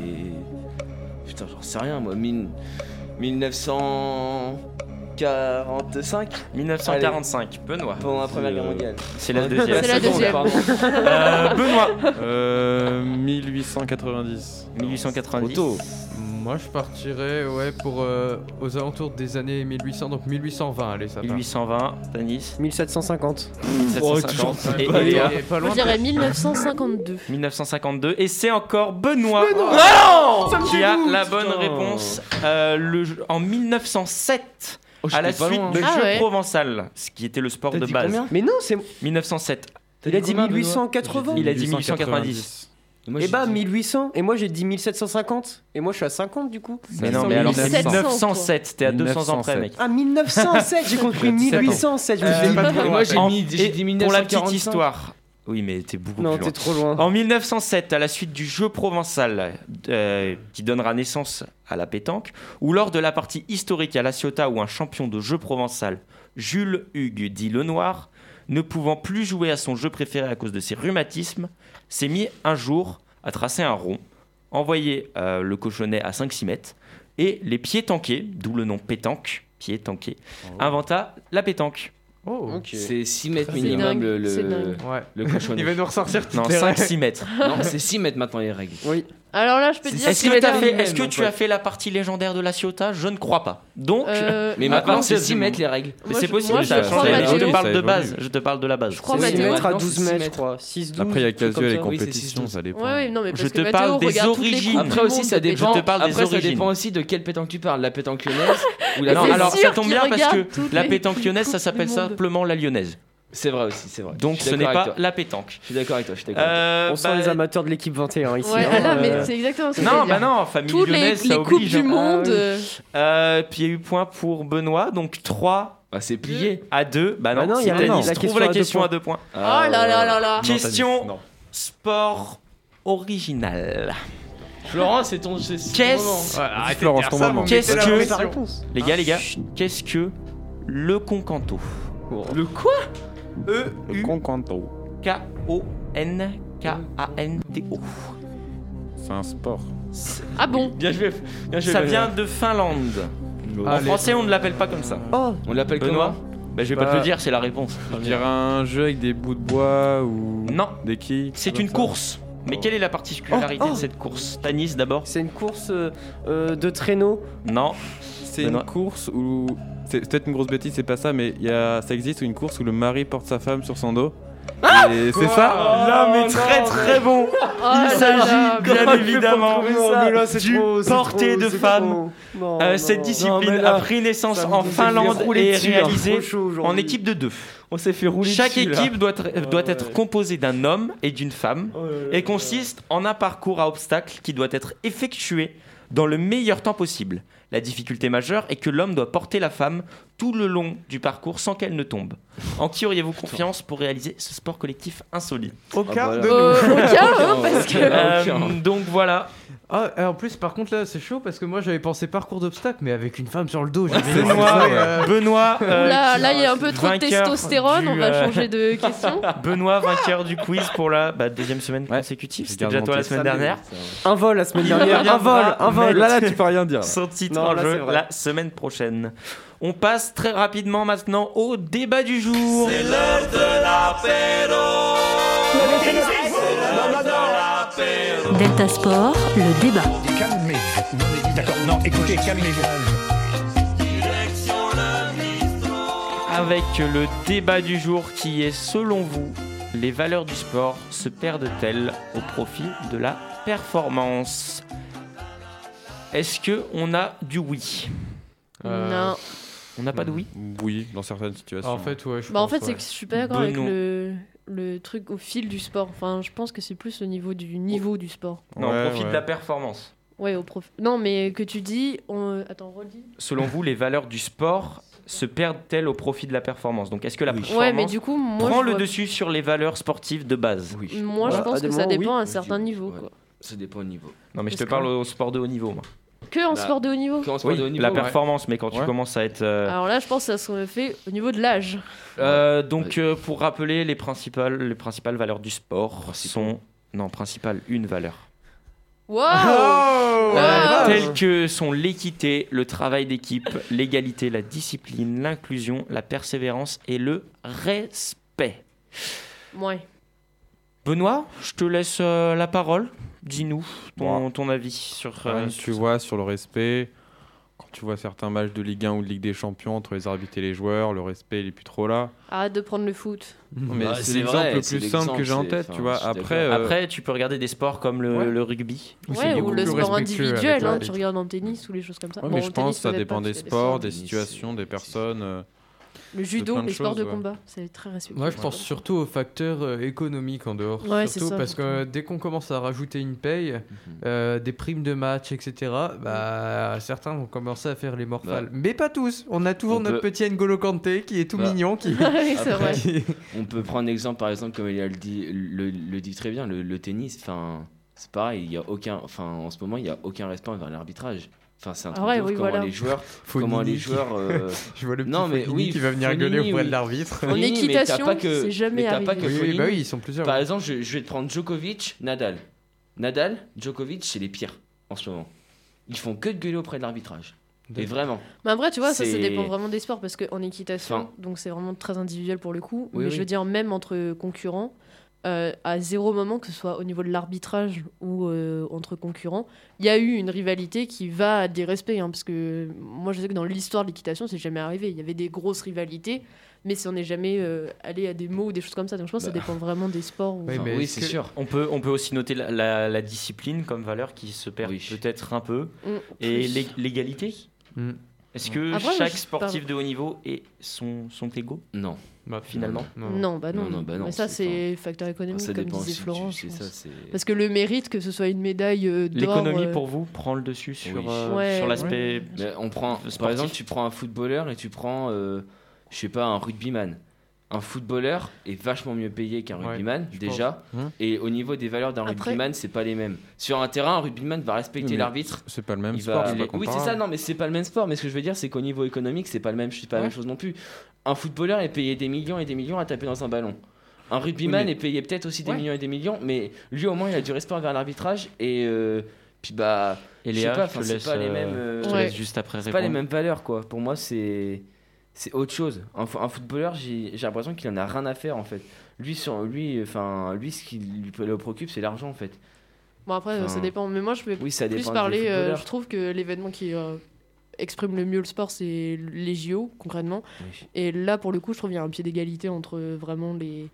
[SPEAKER 13] Putain, j'en sais rien, moi. Mille- mille neuf cent quarante-cinq
[SPEAKER 6] mille neuf cent quarante-cinq, Benoît.
[SPEAKER 13] pendant la Première Guerre mondiale.
[SPEAKER 6] C'est la
[SPEAKER 13] Ouais.
[SPEAKER 6] deuxième.
[SPEAKER 11] C'est la
[SPEAKER 13] seconde,
[SPEAKER 11] deuxième.
[SPEAKER 13] pardon.
[SPEAKER 6] Euh, Benoît.
[SPEAKER 9] Euh, mille huit cent quatre-vingt-dix.
[SPEAKER 6] mille huit cent quatre-vingt-dix.
[SPEAKER 13] Auto.
[SPEAKER 14] Moi, je partirais ouais, pour euh, aux alentours des années mille huit cents, donc mille huit cent vingt. Allez, ça
[SPEAKER 6] mille
[SPEAKER 14] part.
[SPEAKER 6] huit cent vingt, Tanis.
[SPEAKER 10] mille sept cent cinquante.
[SPEAKER 6] mille sept cent cinquante.
[SPEAKER 14] Ouais,
[SPEAKER 6] Et
[SPEAKER 14] pas,
[SPEAKER 6] et Léa.
[SPEAKER 14] loin, pas
[SPEAKER 11] Moi,
[SPEAKER 14] loin.
[SPEAKER 11] je dirais mille neuf cent cinquante-deux.
[SPEAKER 6] mille neuf cent cinquante-deux. Et c'est encore Benoît,
[SPEAKER 10] non Ça me
[SPEAKER 6] qui a
[SPEAKER 10] dégoûte,
[SPEAKER 6] la bonne
[SPEAKER 13] putain.
[SPEAKER 6] réponse. Euh, le, jeu- en mille neuf cent sept,
[SPEAKER 13] Oh,
[SPEAKER 6] à la
[SPEAKER 13] j'étais pas
[SPEAKER 6] suite
[SPEAKER 13] loin.
[SPEAKER 6] du
[SPEAKER 11] Ah
[SPEAKER 6] jeu
[SPEAKER 11] ouais.
[SPEAKER 6] provençal, ce qui était le sport
[SPEAKER 13] T'as
[SPEAKER 6] de
[SPEAKER 13] dit
[SPEAKER 6] base.
[SPEAKER 13] combien
[SPEAKER 10] Mais non, c'est.
[SPEAKER 6] mille neuf cent sept.
[SPEAKER 10] Il a dit
[SPEAKER 13] combien,
[SPEAKER 10] mille huit cent quatre-vingts.
[SPEAKER 6] Il a dit mille huit cent quatre-vingt-dix.
[SPEAKER 13] Moi,
[SPEAKER 10] Et
[SPEAKER 13] j'ai
[SPEAKER 10] bah
[SPEAKER 13] dit-
[SPEAKER 10] mille huit cents. Et moi j'ai dit mille sept cent cinquante. Et moi je suis à cinquante du coup.
[SPEAKER 6] Mais non, mais alors c'est
[SPEAKER 11] mille sept cents,
[SPEAKER 6] mille neuf cent sept. T'es à deux cents ans près, mec.
[SPEAKER 10] Ah, mille neuf cent sept, j'ai compris mille huit cent sept. Je me suis dit.
[SPEAKER 6] Euh,
[SPEAKER 13] Et moi, j'ai
[SPEAKER 6] en-
[SPEAKER 13] mis- j'ai
[SPEAKER 6] et
[SPEAKER 13] dit
[SPEAKER 6] pour la petite
[SPEAKER 13] mille neuf cent quarante-cinq.
[SPEAKER 6] histoire. Oui, mais t'es beaucoup
[SPEAKER 10] Non,
[SPEAKER 6] plus loin.
[SPEAKER 10] t'es trop loin.
[SPEAKER 6] En mille neuf cent sept, à la suite du jeu provençal euh, qui donnera naissance à la pétanque, ou lors de la partie historique à La Ciotat où un champion de jeu provençal, Jules Hugues dit Le Noir, ne pouvant plus jouer à son jeu préféré à cause de ses rhumatismes, s'est mis un jour à tracer un rond, envoyer euh, le cochonnet à cinq six mètres, et les pieds tanqués, d'où le nom pétanque, pieds tanqués, inventa la pétanque.
[SPEAKER 14] Oh,
[SPEAKER 10] Ok.
[SPEAKER 13] C'est six mètres
[SPEAKER 11] C'est
[SPEAKER 13] minimum
[SPEAKER 11] dingue,
[SPEAKER 13] le,
[SPEAKER 11] c'est
[SPEAKER 13] le,
[SPEAKER 11] dingue.
[SPEAKER 14] ouais.
[SPEAKER 13] le cochonnet.
[SPEAKER 14] Il va nous ressortir toutes
[SPEAKER 6] Non,
[SPEAKER 14] les
[SPEAKER 6] cinq
[SPEAKER 14] règles.
[SPEAKER 6] six mètres.
[SPEAKER 13] Non, c'est six mètres maintenant les règles.
[SPEAKER 10] Oui.
[SPEAKER 11] Alors là, je peux te dire
[SPEAKER 6] Est-ce
[SPEAKER 11] que
[SPEAKER 6] que, t'as
[SPEAKER 11] là-
[SPEAKER 6] fait-
[SPEAKER 13] même,
[SPEAKER 6] est-ce que
[SPEAKER 13] mon
[SPEAKER 6] tu
[SPEAKER 13] pote.
[SPEAKER 6] as fait la partie légendaire de La Ciotat? Je ne crois pas. Donc,
[SPEAKER 11] Euh,
[SPEAKER 13] Mais
[SPEAKER 11] moi,
[SPEAKER 13] maintenant,
[SPEAKER 6] moi,
[SPEAKER 13] c'est
[SPEAKER 6] je-
[SPEAKER 13] six mètres les règles.
[SPEAKER 6] mais
[SPEAKER 11] moi,
[SPEAKER 6] c'est
[SPEAKER 11] je-
[SPEAKER 6] possible,
[SPEAKER 11] moi,
[SPEAKER 6] ça a
[SPEAKER 11] je crois
[SPEAKER 6] changé.
[SPEAKER 11] Mathéo.
[SPEAKER 6] Je te parle
[SPEAKER 9] Ça
[SPEAKER 6] de
[SPEAKER 9] évolue.
[SPEAKER 6] base. Je te parle de la base.
[SPEAKER 11] Je crois
[SPEAKER 10] C'est six
[SPEAKER 11] Mathéo.
[SPEAKER 10] mètres à
[SPEAKER 13] Maintenant,
[SPEAKER 10] douze
[SPEAKER 13] c'est six
[SPEAKER 10] mètres, je
[SPEAKER 13] mètres.
[SPEAKER 10] crois. six, douze.
[SPEAKER 9] Après, il y a
[SPEAKER 10] un truc
[SPEAKER 9] casual et
[SPEAKER 10] comme ça.
[SPEAKER 13] Oui, c'est
[SPEAKER 9] compétition,
[SPEAKER 13] six,
[SPEAKER 9] ça dépend.
[SPEAKER 11] Ouais, ouais, non, mais parce
[SPEAKER 6] Je
[SPEAKER 11] que
[SPEAKER 6] te
[SPEAKER 11] Mathéo
[SPEAKER 6] parle des
[SPEAKER 11] regarde toutes les
[SPEAKER 6] origines.
[SPEAKER 11] coupes
[SPEAKER 13] Après
[SPEAKER 11] du
[SPEAKER 13] aussi,
[SPEAKER 11] monde
[SPEAKER 13] ça
[SPEAKER 11] de
[SPEAKER 13] dépend.
[SPEAKER 6] Je te parle des
[SPEAKER 13] Après, ça
[SPEAKER 6] origines.
[SPEAKER 13] dépend aussi de quelle pétanque tu parles. La pétanque lyonnaise ou la
[SPEAKER 6] Non,
[SPEAKER 11] c'est
[SPEAKER 13] pétanque-
[SPEAKER 6] alors
[SPEAKER 11] sûr
[SPEAKER 6] ça tombe
[SPEAKER 11] qu'il
[SPEAKER 6] bien parce que
[SPEAKER 11] regarde toutes
[SPEAKER 6] la
[SPEAKER 11] les
[SPEAKER 6] pétanque lyonnaise,
[SPEAKER 11] coupes
[SPEAKER 6] ça
[SPEAKER 11] du
[SPEAKER 6] s'appelle
[SPEAKER 11] monde.
[SPEAKER 6] simplement la lyonnaise.
[SPEAKER 13] C'est vrai aussi, c'est vrai.
[SPEAKER 6] Donc
[SPEAKER 13] Je
[SPEAKER 6] ce
[SPEAKER 13] suis
[SPEAKER 6] n'est
[SPEAKER 13] d'accord
[SPEAKER 6] pas
[SPEAKER 13] avec toi.
[SPEAKER 6] la pétanque.
[SPEAKER 13] Je suis d'accord avec toi. Je suis d'accord. avec
[SPEAKER 6] Euh,
[SPEAKER 10] On sent
[SPEAKER 6] bah,
[SPEAKER 10] les amateurs de l'équipe vingt et un ici.
[SPEAKER 11] Ouais,
[SPEAKER 10] hein,
[SPEAKER 11] ah là, mais
[SPEAKER 10] euh,
[SPEAKER 11] c'est exactement ce que
[SPEAKER 6] Non,
[SPEAKER 11] j'allais
[SPEAKER 6] bah
[SPEAKER 11] dire.
[SPEAKER 6] non, famille
[SPEAKER 11] Toutes les,
[SPEAKER 6] lyonnaise,
[SPEAKER 11] les
[SPEAKER 6] ça
[SPEAKER 11] coupes
[SPEAKER 6] oblige.
[SPEAKER 11] du
[SPEAKER 6] hein.
[SPEAKER 11] monde.
[SPEAKER 10] Ah oui.
[SPEAKER 11] euh,
[SPEAKER 6] Euh, Puis il y a eu point pour Benoît, donc trois
[SPEAKER 13] toi. Ah, c'est plié.
[SPEAKER 6] à deux. Bah non,
[SPEAKER 10] Bah non, il y
[SPEAKER 6] c'est
[SPEAKER 10] a
[SPEAKER 6] Tanis.
[SPEAKER 10] la
[SPEAKER 6] Trouve
[SPEAKER 10] question
[SPEAKER 6] la
[SPEAKER 10] à deux
[SPEAKER 6] question
[SPEAKER 10] points.
[SPEAKER 6] à deux points.
[SPEAKER 11] Oh là là là là.
[SPEAKER 6] Question
[SPEAKER 9] non.
[SPEAKER 6] sport original.
[SPEAKER 13] Florent, c'est ton. c'est- c'est ton
[SPEAKER 6] Qu'est-ce-
[SPEAKER 13] moment.
[SPEAKER 14] Ouais, arrêtez
[SPEAKER 9] Florence,
[SPEAKER 14] de dire
[SPEAKER 9] ton
[SPEAKER 14] ça,
[SPEAKER 9] moment.
[SPEAKER 14] vous
[SPEAKER 6] Qu'est-ce
[SPEAKER 14] mettez la
[SPEAKER 6] que-
[SPEAKER 14] pression.
[SPEAKER 10] ta réponse.
[SPEAKER 6] Les gars, les gars, qu'est-ce que le concanto?
[SPEAKER 13] Le quoi
[SPEAKER 6] E
[SPEAKER 9] Le
[SPEAKER 6] U
[SPEAKER 9] concanto.
[SPEAKER 6] K O N K A N T O.
[SPEAKER 9] C'est un sport.
[SPEAKER 11] Ah bon?
[SPEAKER 13] Bien joué. Bien joué.
[SPEAKER 6] Ça
[SPEAKER 13] Benjamin.
[SPEAKER 6] vient de Finlande. En
[SPEAKER 14] Allez.
[SPEAKER 6] français, on ne l'appelle pas comme ça.
[SPEAKER 10] Oh,
[SPEAKER 13] On l'appelle
[SPEAKER 6] Benoît?
[SPEAKER 13] comment
[SPEAKER 6] Bah, je vais pas
[SPEAKER 9] Bah,
[SPEAKER 6] te le dire, c'est la réponse.
[SPEAKER 9] Je dirais un jeu avec des bouts de bois ou
[SPEAKER 6] Non,
[SPEAKER 9] des quilles.
[SPEAKER 6] c'est
[SPEAKER 9] comme
[SPEAKER 6] une
[SPEAKER 9] ça.
[SPEAKER 6] course. Mais quelle est la particularité
[SPEAKER 10] Oh, oh.
[SPEAKER 6] de cette course? Tanis d'abord?
[SPEAKER 10] c'est une course euh, euh, de traîneau.
[SPEAKER 6] Non.
[SPEAKER 9] C'est une
[SPEAKER 6] Benoît.
[SPEAKER 9] course où. C'est peut-être une grosse bêtise, c'est pas ça, mais il y a... ça existe une course où le mari porte sa femme sur son dos Ah Et c'est ça.
[SPEAKER 6] L'homme est très très bon.
[SPEAKER 11] Oh
[SPEAKER 6] Il
[SPEAKER 11] là
[SPEAKER 6] s'agit
[SPEAKER 11] là.
[SPEAKER 6] bien
[SPEAKER 10] Comment il fait pour
[SPEAKER 6] évidemment
[SPEAKER 10] trouver ça Mais là, c'est
[SPEAKER 6] du
[SPEAKER 10] trop, c'est
[SPEAKER 6] porté
[SPEAKER 10] trop,
[SPEAKER 6] de
[SPEAKER 10] c'est
[SPEAKER 6] femme.
[SPEAKER 10] trop. Non,
[SPEAKER 6] Euh,
[SPEAKER 10] non,
[SPEAKER 6] cette
[SPEAKER 10] non.
[SPEAKER 6] discipline
[SPEAKER 10] Non, mais
[SPEAKER 6] a
[SPEAKER 10] là,
[SPEAKER 6] pris naissance
[SPEAKER 10] ça
[SPEAKER 6] en
[SPEAKER 10] vous fait
[SPEAKER 6] Finlande
[SPEAKER 10] rouler
[SPEAKER 6] et
[SPEAKER 10] dessus,
[SPEAKER 6] est
[SPEAKER 10] là.
[SPEAKER 6] réalisée
[SPEAKER 10] Trop chaud aujourd'hui.
[SPEAKER 6] en équipe de deux.
[SPEAKER 10] On s'est fait rouler
[SPEAKER 6] Chaque
[SPEAKER 10] dessus, là.
[SPEAKER 6] équipe doit être, doit être composée d'un homme et d'une femme
[SPEAKER 10] Oh là là
[SPEAKER 6] et consiste en un parcours à obstacles qui doit être effectué dans le meilleur temps possible. La difficulté majeure est que l'homme doit porter la femme tout le long du parcours sans qu'elle ne tombe. En qui auriez-vous confiance pour réaliser ce sport collectif insolite?
[SPEAKER 14] Aucun
[SPEAKER 11] Euh,
[SPEAKER 14] de nous.
[SPEAKER 11] aucun, hein, parce que.
[SPEAKER 6] Euh, donc voilà.
[SPEAKER 14] Ah, et en plus, par contre, là, c'est chaud parce que moi j'avais pensé parcours d'obstacles, mais avec une femme sur le dos. j'avais-
[SPEAKER 6] Benoît,
[SPEAKER 14] Euh,
[SPEAKER 6] Benoît, euh,
[SPEAKER 11] Là,
[SPEAKER 6] qui-
[SPEAKER 11] là, il y a un peu trop de
[SPEAKER 6] vainqueur
[SPEAKER 11] testostérone.
[SPEAKER 6] du,
[SPEAKER 11] On va
[SPEAKER 6] euh,
[SPEAKER 11] changer de question.
[SPEAKER 6] Benoît, vainqueur du quiz pour la bah, deuxième semaine
[SPEAKER 9] Ouais.
[SPEAKER 6] consécutive.
[SPEAKER 9] Je
[SPEAKER 6] C'était
[SPEAKER 9] garde
[SPEAKER 6] déjà
[SPEAKER 9] mon
[SPEAKER 6] toi la
[SPEAKER 9] test.
[SPEAKER 6] semaine dernière.
[SPEAKER 10] Un vol la semaine
[SPEAKER 6] Il
[SPEAKER 10] dernière. Un
[SPEAKER 6] reviendra
[SPEAKER 10] vol, un vol.
[SPEAKER 6] mettre
[SPEAKER 9] Là, là, tu peux rien dire. là.
[SPEAKER 6] Son titre
[SPEAKER 10] Non,
[SPEAKER 6] en
[SPEAKER 10] là,
[SPEAKER 6] jeu
[SPEAKER 10] c'est vrai.
[SPEAKER 6] la semaine prochaine. On passe très rapidement maintenant au débat du jour.
[SPEAKER 12] C'est l'heure de l'apéro.
[SPEAKER 5] Delta Sport, le débat.
[SPEAKER 8] Calmez-vous. D'accord, non, écoutez, calmez-vous.
[SPEAKER 6] Avec le débat du jour qui est, selon vous, les valeurs du sport se perdent-elles au profit de la performance? Est-ce que on a du oui?
[SPEAKER 14] Euh,
[SPEAKER 11] Non.
[SPEAKER 6] On n'a pas de oui?
[SPEAKER 9] Oui, dans certaines situations.
[SPEAKER 14] En fait, ouais. Je
[SPEAKER 11] Bah, en
[SPEAKER 14] pense,
[SPEAKER 11] fait, c'est
[SPEAKER 14] ouais.
[SPEAKER 11] que je suis pas d'accord avec
[SPEAKER 6] Benoît.
[SPEAKER 11] le, le truc au fil du sport. Enfin, je pense que c'est plus au niveau du niveau du sport.
[SPEAKER 6] Non,
[SPEAKER 9] Ouais,
[SPEAKER 6] au profit
[SPEAKER 9] ouais.
[SPEAKER 6] de la performance.
[SPEAKER 11] Ouais, au prof. Non, mais que tu dis. On... Attends, redis.
[SPEAKER 6] Selon vous, les valeurs du sport se perdent-elles au profit de la performance? Donc, est-ce que la performance
[SPEAKER 11] Ouais, mais du coup, moi.
[SPEAKER 6] prend
[SPEAKER 11] je
[SPEAKER 6] le
[SPEAKER 11] vois-
[SPEAKER 6] dessus sur les valeurs sportives de base?
[SPEAKER 13] Oui.
[SPEAKER 11] Moi, je
[SPEAKER 10] Ouais,
[SPEAKER 11] pense
[SPEAKER 10] à des
[SPEAKER 11] que ça
[SPEAKER 10] moments,
[SPEAKER 11] dépend
[SPEAKER 10] oui.
[SPEAKER 11] à un certain niveau.
[SPEAKER 13] Ouais.
[SPEAKER 11] Quoi.
[SPEAKER 13] Ça dépend au niveau.
[SPEAKER 6] Non, mais je te
[SPEAKER 11] Est-ce
[SPEAKER 6] parle
[SPEAKER 11] que-
[SPEAKER 6] au sport de haut niveau, moi.
[SPEAKER 11] Que en
[SPEAKER 13] Bah,
[SPEAKER 11] sport de haut niveau.
[SPEAKER 13] Quand on se parle
[SPEAKER 6] Oui,
[SPEAKER 13] de haut niveau,
[SPEAKER 6] la
[SPEAKER 13] ouais.
[SPEAKER 6] performance, mais quand tu
[SPEAKER 9] Ouais.
[SPEAKER 6] commences à être... euh,
[SPEAKER 11] Alors là, je pense que ça se fait au niveau de l'âge.
[SPEAKER 6] Euh, donc, euh, pour rappeler, les principales, les principales valeurs du sport sont... Non, principale, une valeur.
[SPEAKER 11] Waouh
[SPEAKER 14] Oh
[SPEAKER 11] Wow.
[SPEAKER 6] Euh, telles que sont l'équité, le travail d'équipe, l'égalité, la discipline, l'inclusion, la persévérance et le respect.
[SPEAKER 11] Ouais.
[SPEAKER 6] Benoît, je te laisse euh, la parole. Dis-nous ton,
[SPEAKER 9] Bon.
[SPEAKER 6] ton avis sur... euh,
[SPEAKER 9] Rien que
[SPEAKER 6] sur
[SPEAKER 9] tu
[SPEAKER 6] ça.
[SPEAKER 9] vois sur le respect, quand tu vois certains matchs de Ligue un ou de Ligue des Champions entre les arbitres et les joueurs, le respect il est plus trop là.
[SPEAKER 11] Arrête de prendre le foot.
[SPEAKER 9] Mais
[SPEAKER 13] Bah,
[SPEAKER 9] c'est
[SPEAKER 13] c'est
[SPEAKER 9] l'exemple
[SPEAKER 13] vrai,
[SPEAKER 9] le
[SPEAKER 13] c'est
[SPEAKER 9] plus simple que j'ai en
[SPEAKER 13] l'exemple,
[SPEAKER 9] tête,
[SPEAKER 13] c'est-
[SPEAKER 9] tu vois.
[SPEAKER 13] enfin, je suis
[SPEAKER 9] Après,
[SPEAKER 13] d'accord.
[SPEAKER 9] euh,
[SPEAKER 6] Après, tu peux regarder des sports comme le,
[SPEAKER 9] Ouais.
[SPEAKER 6] le rugby.
[SPEAKER 14] Ou c'est
[SPEAKER 11] Ouais, ou
[SPEAKER 14] beaucoup
[SPEAKER 11] le
[SPEAKER 14] plus
[SPEAKER 11] sport
[SPEAKER 14] respectueux
[SPEAKER 11] individuel,
[SPEAKER 14] avec
[SPEAKER 11] hein,
[SPEAKER 14] l'arbitre.
[SPEAKER 11] tu regardes en tennis ou les choses comme ça.
[SPEAKER 9] ouais,
[SPEAKER 11] Bon,
[SPEAKER 9] mais
[SPEAKER 11] en
[SPEAKER 9] je
[SPEAKER 11] tennis,
[SPEAKER 9] pense que ça
[SPEAKER 11] peut-être
[SPEAKER 9] dépend
[SPEAKER 11] pas,
[SPEAKER 9] des
[SPEAKER 11] parce qu'il y a
[SPEAKER 9] sports, des
[SPEAKER 13] tennis,
[SPEAKER 9] situations,
[SPEAKER 13] c'est-
[SPEAKER 9] des personnes. euh,
[SPEAKER 11] Le judo,
[SPEAKER 9] plein de
[SPEAKER 11] les sports de
[SPEAKER 9] choses, ouais.
[SPEAKER 11] combat, c'est très respectueux.
[SPEAKER 14] Moi, je pense surtout aux facteurs euh, économiques en dehors.
[SPEAKER 11] Ouais, c'est
[SPEAKER 14] surtout
[SPEAKER 11] ça,
[SPEAKER 14] parce
[SPEAKER 11] surtout.
[SPEAKER 14] que euh, dès qu'on commence à rajouter une paye,
[SPEAKER 13] Mhm.
[SPEAKER 14] euh, des primes de match, et cetera, bah, certains vont commencer à faire les morphales.
[SPEAKER 13] Bah.
[SPEAKER 14] Mais pas tous. On a toujours
[SPEAKER 13] On
[SPEAKER 14] notre
[SPEAKER 13] peut-
[SPEAKER 14] petit N'Golo Kanté qui est tout
[SPEAKER 13] Bah.
[SPEAKER 14] mignon. Qui...
[SPEAKER 11] Oui, c'est vrai.
[SPEAKER 14] qui-
[SPEAKER 13] On peut prendre l'exemple, par exemple, comme il le dit, le, le dit très bien, le, le tennis, enfin, c'est pareil, il y a aucun, enfin, en ce moment, il y a aucun respect envers l'arbitrage. Enfin, c'est un
[SPEAKER 11] Ah
[SPEAKER 13] truc
[SPEAKER 11] ouais,
[SPEAKER 13] de ouf,
[SPEAKER 11] oui,
[SPEAKER 13] comment
[SPEAKER 11] voilà.
[SPEAKER 13] les joueurs,
[SPEAKER 14] Fonini
[SPEAKER 13] comment les
[SPEAKER 14] qui-
[SPEAKER 13] joueurs. euh,
[SPEAKER 14] Je vois le petit
[SPEAKER 13] Non, mais
[SPEAKER 14] Fonini
[SPEAKER 13] oui,
[SPEAKER 14] qui va venir
[SPEAKER 13] Fonini,
[SPEAKER 14] gueuler auprès
[SPEAKER 13] oui.
[SPEAKER 14] de l'arbitre.
[SPEAKER 11] En
[SPEAKER 13] Fonini, mais t'as
[SPEAKER 11] équitation,
[SPEAKER 13] pas que-
[SPEAKER 11] c'est jamais
[SPEAKER 13] mais t'as pas
[SPEAKER 11] arrivé.
[SPEAKER 13] que
[SPEAKER 14] Oui, oui,
[SPEAKER 13] Fonini.
[SPEAKER 14] bah oui, ils sont plusieurs.
[SPEAKER 13] Par
[SPEAKER 14] ouais.
[SPEAKER 13] exemple, je, je vais te prendre Djokovic, Nadal. Nadal, Djokovic, c'est les pires en ce moment. Ils font que de gueuler auprès de l'arbitrage. Et vraiment.
[SPEAKER 11] Mais après, tu vois, ça, ça
[SPEAKER 13] C'est-
[SPEAKER 11] dépend vraiment des sports parce qu'en équitation,
[SPEAKER 13] Enfin-
[SPEAKER 11] donc c'est vraiment très individuel pour le coup.
[SPEAKER 13] Oui,
[SPEAKER 11] mais
[SPEAKER 13] oui.
[SPEAKER 11] je veux dire, même entre concurrents, euh, à zéro moment, que ce soit au niveau de l'arbitrage ou euh, entre concurrents, il y a eu une rivalité qui va à des respects. Hein, parce que moi, je sais que dans l'histoire de l'équitation, c'est jamais arrivé. Il y avait des grosses rivalités, mais si on n'est jamais euh, allé à des mots ou des choses comme ça. Donc je pense que ça
[SPEAKER 13] Bah.
[SPEAKER 11] dépend vraiment des sports. Où...
[SPEAKER 14] Oui,
[SPEAKER 13] Enfin,
[SPEAKER 14] mais
[SPEAKER 13] oui,
[SPEAKER 14] est-ce
[SPEAKER 13] c'est
[SPEAKER 14] que-
[SPEAKER 13] sûr.
[SPEAKER 6] On peut, on peut aussi noter la, la- la discipline comme valeur qui se perd
[SPEAKER 13] Oui.
[SPEAKER 6] peut-être un peu.
[SPEAKER 11] Mm,
[SPEAKER 6] Et
[SPEAKER 11] plus.
[SPEAKER 6] l'é- l'égalité.
[SPEAKER 14] Mm.
[SPEAKER 6] Est-ce que
[SPEAKER 11] Après, moi,
[SPEAKER 6] chaque
[SPEAKER 11] je
[SPEAKER 6] sportif
[SPEAKER 11] parle-
[SPEAKER 6] de haut niveau est, sont, sont égaux?
[SPEAKER 13] Non.
[SPEAKER 14] Bah,
[SPEAKER 6] Finalement.
[SPEAKER 11] Non, bah non.
[SPEAKER 13] Non, non, bah non,
[SPEAKER 11] mais ça,
[SPEAKER 13] c'est
[SPEAKER 11] c'est facteur économique,
[SPEAKER 13] Ça
[SPEAKER 11] comme
[SPEAKER 13] dépend
[SPEAKER 11] disait
[SPEAKER 13] aussi.
[SPEAKER 11] Florent.
[SPEAKER 13] du-
[SPEAKER 11] je
[SPEAKER 13] C'est
[SPEAKER 11] pense.
[SPEAKER 13] ça, c'est.
[SPEAKER 11] Parce que le mérite, que ce soit une médaille euh, d'or.
[SPEAKER 6] L'économie
[SPEAKER 11] euh,
[SPEAKER 6] pour vous prend le dessus sur,
[SPEAKER 13] Oui.
[SPEAKER 6] euh,
[SPEAKER 11] Ouais,
[SPEAKER 6] sur l'aspect.
[SPEAKER 13] Mais on prend,
[SPEAKER 6] sportif.
[SPEAKER 13] par exemple, tu prends un footballeur et tu prends, euh, je sais pas, un rugbyman. Un footballeur est vachement mieux payé qu'un
[SPEAKER 14] Ouais,
[SPEAKER 13] rugbyman,
[SPEAKER 14] je
[SPEAKER 13] déjà.
[SPEAKER 9] pense. Hum.
[SPEAKER 13] Et au niveau des valeurs d'un
[SPEAKER 11] Après-
[SPEAKER 13] rugbyman, c'est pas les mêmes. Sur un terrain, un rugbyman va respecter
[SPEAKER 9] Mais
[SPEAKER 13] l'arbitre.
[SPEAKER 9] C'est pas le même
[SPEAKER 13] Il
[SPEAKER 9] sport.
[SPEAKER 13] va-
[SPEAKER 9] c'est pas
[SPEAKER 13] Oui, c'est
[SPEAKER 9] comparable.
[SPEAKER 13] ça, non, mais c'est pas le même sport. Mais ce que je veux dire, c'est qu'au niveau économique, c'est pas, le même, c'est pas la
[SPEAKER 11] Ouais.
[SPEAKER 13] même chose non plus. Un footballeur est payé des millions et des millions à taper dans un ballon. Un rugbyman
[SPEAKER 9] Oui, mais-
[SPEAKER 13] est payé peut-être aussi des
[SPEAKER 6] Ouais.
[SPEAKER 13] millions et des millions, mais lui au moins il a du respect envers l'arbitrage et euh, puis bah
[SPEAKER 6] Et
[SPEAKER 13] je sais
[SPEAKER 6] Léa,
[SPEAKER 13] pas,
[SPEAKER 6] je te
[SPEAKER 13] enfin, c'est
[SPEAKER 6] laisse,
[SPEAKER 13] pas les
[SPEAKER 6] euh,
[SPEAKER 13] mêmes, euh,
[SPEAKER 6] je te
[SPEAKER 11] Ouais.
[SPEAKER 6] laisse juste après
[SPEAKER 13] c'est
[SPEAKER 6] répondre.
[SPEAKER 13] pas les mêmes valeurs quoi. Pour moi c'est c'est autre chose. Un, fo- un footballeur, j'ai j'ai l'impression qu'il en a rien à faire en fait. Lui sur lui, enfin lui ce qui lui le préoccupe c'est l'argent en fait.
[SPEAKER 11] Bon, après,
[SPEAKER 13] Enfin,
[SPEAKER 11] ça dépend. Mais moi, je vais
[SPEAKER 13] Oui ça
[SPEAKER 11] plus
[SPEAKER 13] dépend des
[SPEAKER 11] parler. euh,
[SPEAKER 13] footballeurs.
[SPEAKER 11] je trouve que l'événement qui euh, exprime le mieux le sport, c'est les J O, concrètement.
[SPEAKER 13] Oui.
[SPEAKER 11] Et là, pour le coup, je trouve qu'il y a un pied d'égalité entre vraiment les,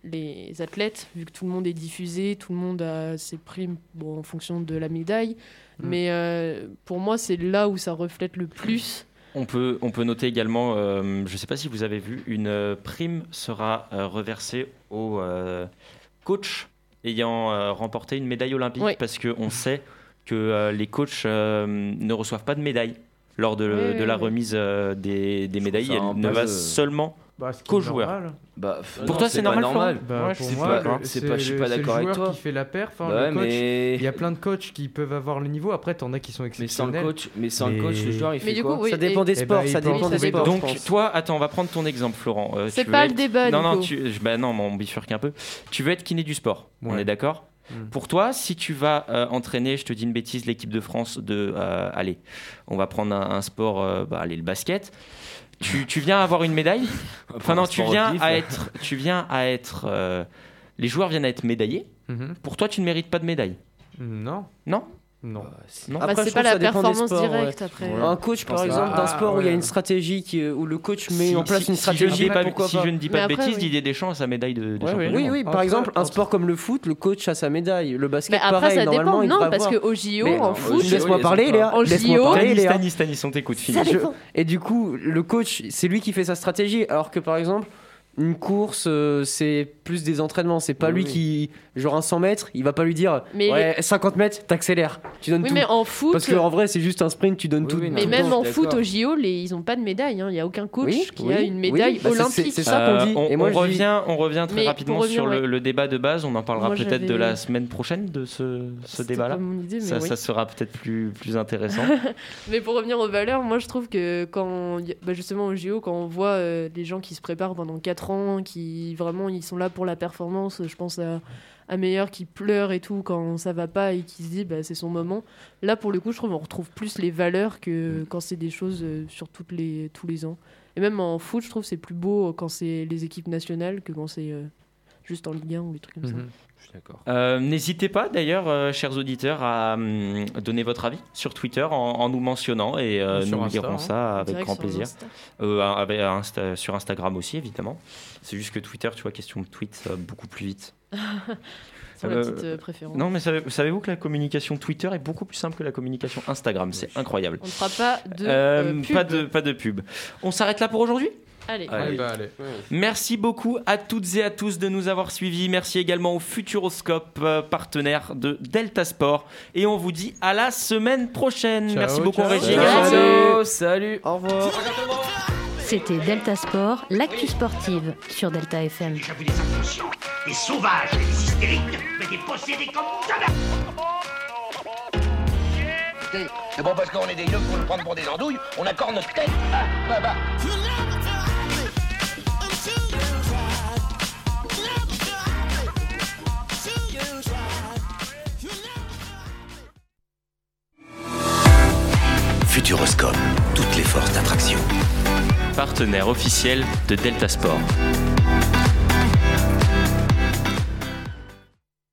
[SPEAKER 11] les athlètes, vu que tout le monde est diffusé, tout le monde a ses primes bon, en fonction de la médaille. Mm. Mais euh, pour moi, c'est là où ça reflète le plus.
[SPEAKER 6] On peut, on peut noter également, euh, je ne sais pas si vous avez vu, une euh, prime sera euh, reversée au euh, coach ayant euh, remporté une médaille olympique, oui. parce qu'on sait que euh, les coachs euh, ne reçoivent pas de médaille lors de, oui, de la oui. remise euh, des, des médailles. Elle ne va seulement
[SPEAKER 15] bah,
[SPEAKER 6] qu'aux joueurs.
[SPEAKER 13] Bah,
[SPEAKER 6] pour
[SPEAKER 13] non,
[SPEAKER 6] toi, c'est, c'est normal,
[SPEAKER 13] normal.
[SPEAKER 14] Bah,
[SPEAKER 6] ouais,
[SPEAKER 14] pour
[SPEAKER 6] c'est
[SPEAKER 14] moi,
[SPEAKER 6] pas,
[SPEAKER 14] le,
[SPEAKER 13] c'est
[SPEAKER 14] c'est
[SPEAKER 13] pas, je suis pas
[SPEAKER 14] le,
[SPEAKER 13] d'accord avec toi.
[SPEAKER 14] C'est le joueur qui fait la perf, hein,
[SPEAKER 13] bah
[SPEAKER 14] le coach.
[SPEAKER 13] Mais...
[SPEAKER 14] Il y a plein de coachs qui peuvent avoir le niveau. Après, t'en as qui sont exceptionnels.
[SPEAKER 13] Mais sans le coach, mais sans mais... le coach, le joueur, il fait
[SPEAKER 11] mais
[SPEAKER 13] quoi
[SPEAKER 11] coup, oui,
[SPEAKER 10] Ça dépend des sports.
[SPEAKER 14] bah,
[SPEAKER 10] ça dépend des sports.
[SPEAKER 6] Donc, toi, attends, on va prendre ton exemple, Florent. Euh,
[SPEAKER 11] c'est pas le
[SPEAKER 6] être...
[SPEAKER 11] débat.
[SPEAKER 6] Non, non,
[SPEAKER 11] coup.
[SPEAKER 6] tu... bah non, on bifurque un peu. Tu veux être kiné du sport. Ouais. On est d'accord. Mmh. Pour toi, si tu vas euh, entraîner, je te dis une bêtise, l'équipe de France de, euh, allez, on va prendre un, un sport, euh, bah, allez, le basket. Tu, tu viens avoir une médaille. Enfin non, tu viens à être, tu viens à être. Euh, les joueurs viennent à être médaillés. Mm-hmm. Pour toi, tu ne mérites pas de médaille.
[SPEAKER 14] Non.
[SPEAKER 6] Non.
[SPEAKER 14] Non.
[SPEAKER 11] non. Après, bah, c'est pas la performance sports, directe ouais. après.
[SPEAKER 10] Ouais. Un coach, par exemple, ah, d'un sport ah, ouais. où il y a une stratégie qui, où le coach met
[SPEAKER 6] si,
[SPEAKER 10] en place
[SPEAKER 6] si,
[SPEAKER 10] une stratégie.
[SPEAKER 6] Si je, pas,
[SPEAKER 10] pourquoi
[SPEAKER 6] si
[SPEAKER 10] pas.
[SPEAKER 6] je ne dis pas
[SPEAKER 11] mais
[SPEAKER 6] de
[SPEAKER 11] après,
[SPEAKER 6] bêtises,
[SPEAKER 11] oui.
[SPEAKER 6] Didier Deschamps a sa médaille de, de
[SPEAKER 10] ouais,
[SPEAKER 6] champion.
[SPEAKER 10] Oui, oui. Par
[SPEAKER 14] après,
[SPEAKER 10] exemple, un
[SPEAKER 14] entre...
[SPEAKER 10] sport comme le foot, le coach a sa médaille. Le basket,
[SPEAKER 11] mais après,
[SPEAKER 10] pareil,
[SPEAKER 11] ça
[SPEAKER 10] normalement,
[SPEAKER 11] dépend.
[SPEAKER 10] il
[SPEAKER 11] Non, parce qu'au J O, en foot.
[SPEAKER 10] Laisse-moi parler, Léa.
[SPEAKER 11] En J O,
[SPEAKER 6] Stanis, Stanis, on t'écoute.
[SPEAKER 10] Et du coup, le coach, c'est lui qui fait sa stratégie. Alors que par exemple, une course, euh, c'est plus des entraînements. C'est pas oui, lui oui. qui, genre un cent mètres, il va pas lui dire mais ouais, les... cinquante mètres, t'accélères, tu donnes
[SPEAKER 11] oui,
[SPEAKER 10] tout.
[SPEAKER 11] Mais en foot,
[SPEAKER 10] parce qu'en vrai, c'est juste un sprint, tu donnes oui, tout.
[SPEAKER 11] Oui, mais
[SPEAKER 10] tout
[SPEAKER 11] même
[SPEAKER 10] temps.
[SPEAKER 11] en foot, au J O, les... ils ont pas de médaille. Il hein. y a aucun coach
[SPEAKER 10] oui,
[SPEAKER 11] qui
[SPEAKER 10] oui,
[SPEAKER 11] a une médaille
[SPEAKER 10] oui.
[SPEAKER 11] olympique.
[SPEAKER 10] C'est, c'est ça qu'on dit.
[SPEAKER 6] Euh, on,
[SPEAKER 10] Et moi,
[SPEAKER 6] on revient, dis... on revient très
[SPEAKER 11] mais
[SPEAKER 6] rapidement
[SPEAKER 11] revenir,
[SPEAKER 6] sur
[SPEAKER 11] ouais.
[SPEAKER 6] le, le débat de base. On en parlera
[SPEAKER 11] moi,
[SPEAKER 6] peut-être
[SPEAKER 11] j'avais...
[SPEAKER 6] de la semaine prochaine de ce, ce débat-là.
[SPEAKER 11] Idée,
[SPEAKER 6] ça,
[SPEAKER 11] oui.
[SPEAKER 6] ça sera peut-être plus, plus intéressant.
[SPEAKER 11] Mais pour revenir aux valeurs, moi je trouve que quand, bah justement au J O, quand on voit euh, les gens qui se préparent pendant quatre ans, qui vraiment ils sont là pour la performance, je pense à, à Meyer qui pleure et tout quand ça va pas et qui se dit bah, c'est son moment. Là pour le coup, je trouve qu'on retrouve plus les valeurs que quand c'est des choses euh, sur toutes les, tous les ans. Et même en foot, je trouve que c'est plus beau quand c'est les équipes nationales que quand c'est euh, juste en Ligue un ou des trucs comme mm-hmm. ça.
[SPEAKER 6] Je suis d'accord. Euh, n'hésitez pas d'ailleurs, euh, chers auditeurs, à hum, donner votre avis sur Twitter en, en nous mentionnant et euh, nous Insta, lirons hein. ça avec grand plaisir. Euh, avec, Insta, sur Instagram aussi, évidemment. C'est juste que Twitter, tu vois, question de tweet, ça va beaucoup plus vite.
[SPEAKER 11] C'est ma petite euh, préférence.
[SPEAKER 6] Non, mais savez, savez-vous que la communication Twitter est beaucoup plus simple que la communication Instagram. C'est incroyable.
[SPEAKER 11] On ne fera pas de,
[SPEAKER 6] euh,
[SPEAKER 11] euh, pub.
[SPEAKER 6] Pas de, pas de pub. On s'arrête là pour aujourd'hui ?
[SPEAKER 11] Allez.
[SPEAKER 14] Allez. Bah, allez.
[SPEAKER 6] Merci beaucoup à toutes et à tous de nous avoir suivis. Merci également au Futuroscope, euh, partenaire de Delta Sport. Et on vous dit à la semaine prochaine.
[SPEAKER 14] Ciao,
[SPEAKER 6] Merci beaucoup, Régis.
[SPEAKER 13] Salut. Salut.
[SPEAKER 10] Au revoir.
[SPEAKER 5] C'était Delta Sport, l'actu sportive sur Delta F M.
[SPEAKER 8] J'ai déjà vu des inconscients, des sauvages, des hystériques, mais des possédés comme jamais.
[SPEAKER 16] C'est bon parce qu'on est des yeux pour nous prendre pour des andouilles, on accorde notre tête. Ah, bah, bah.
[SPEAKER 3] Futuroscope, toutes les forces d'attraction.
[SPEAKER 6] Partenaire officiel de Delta Sport.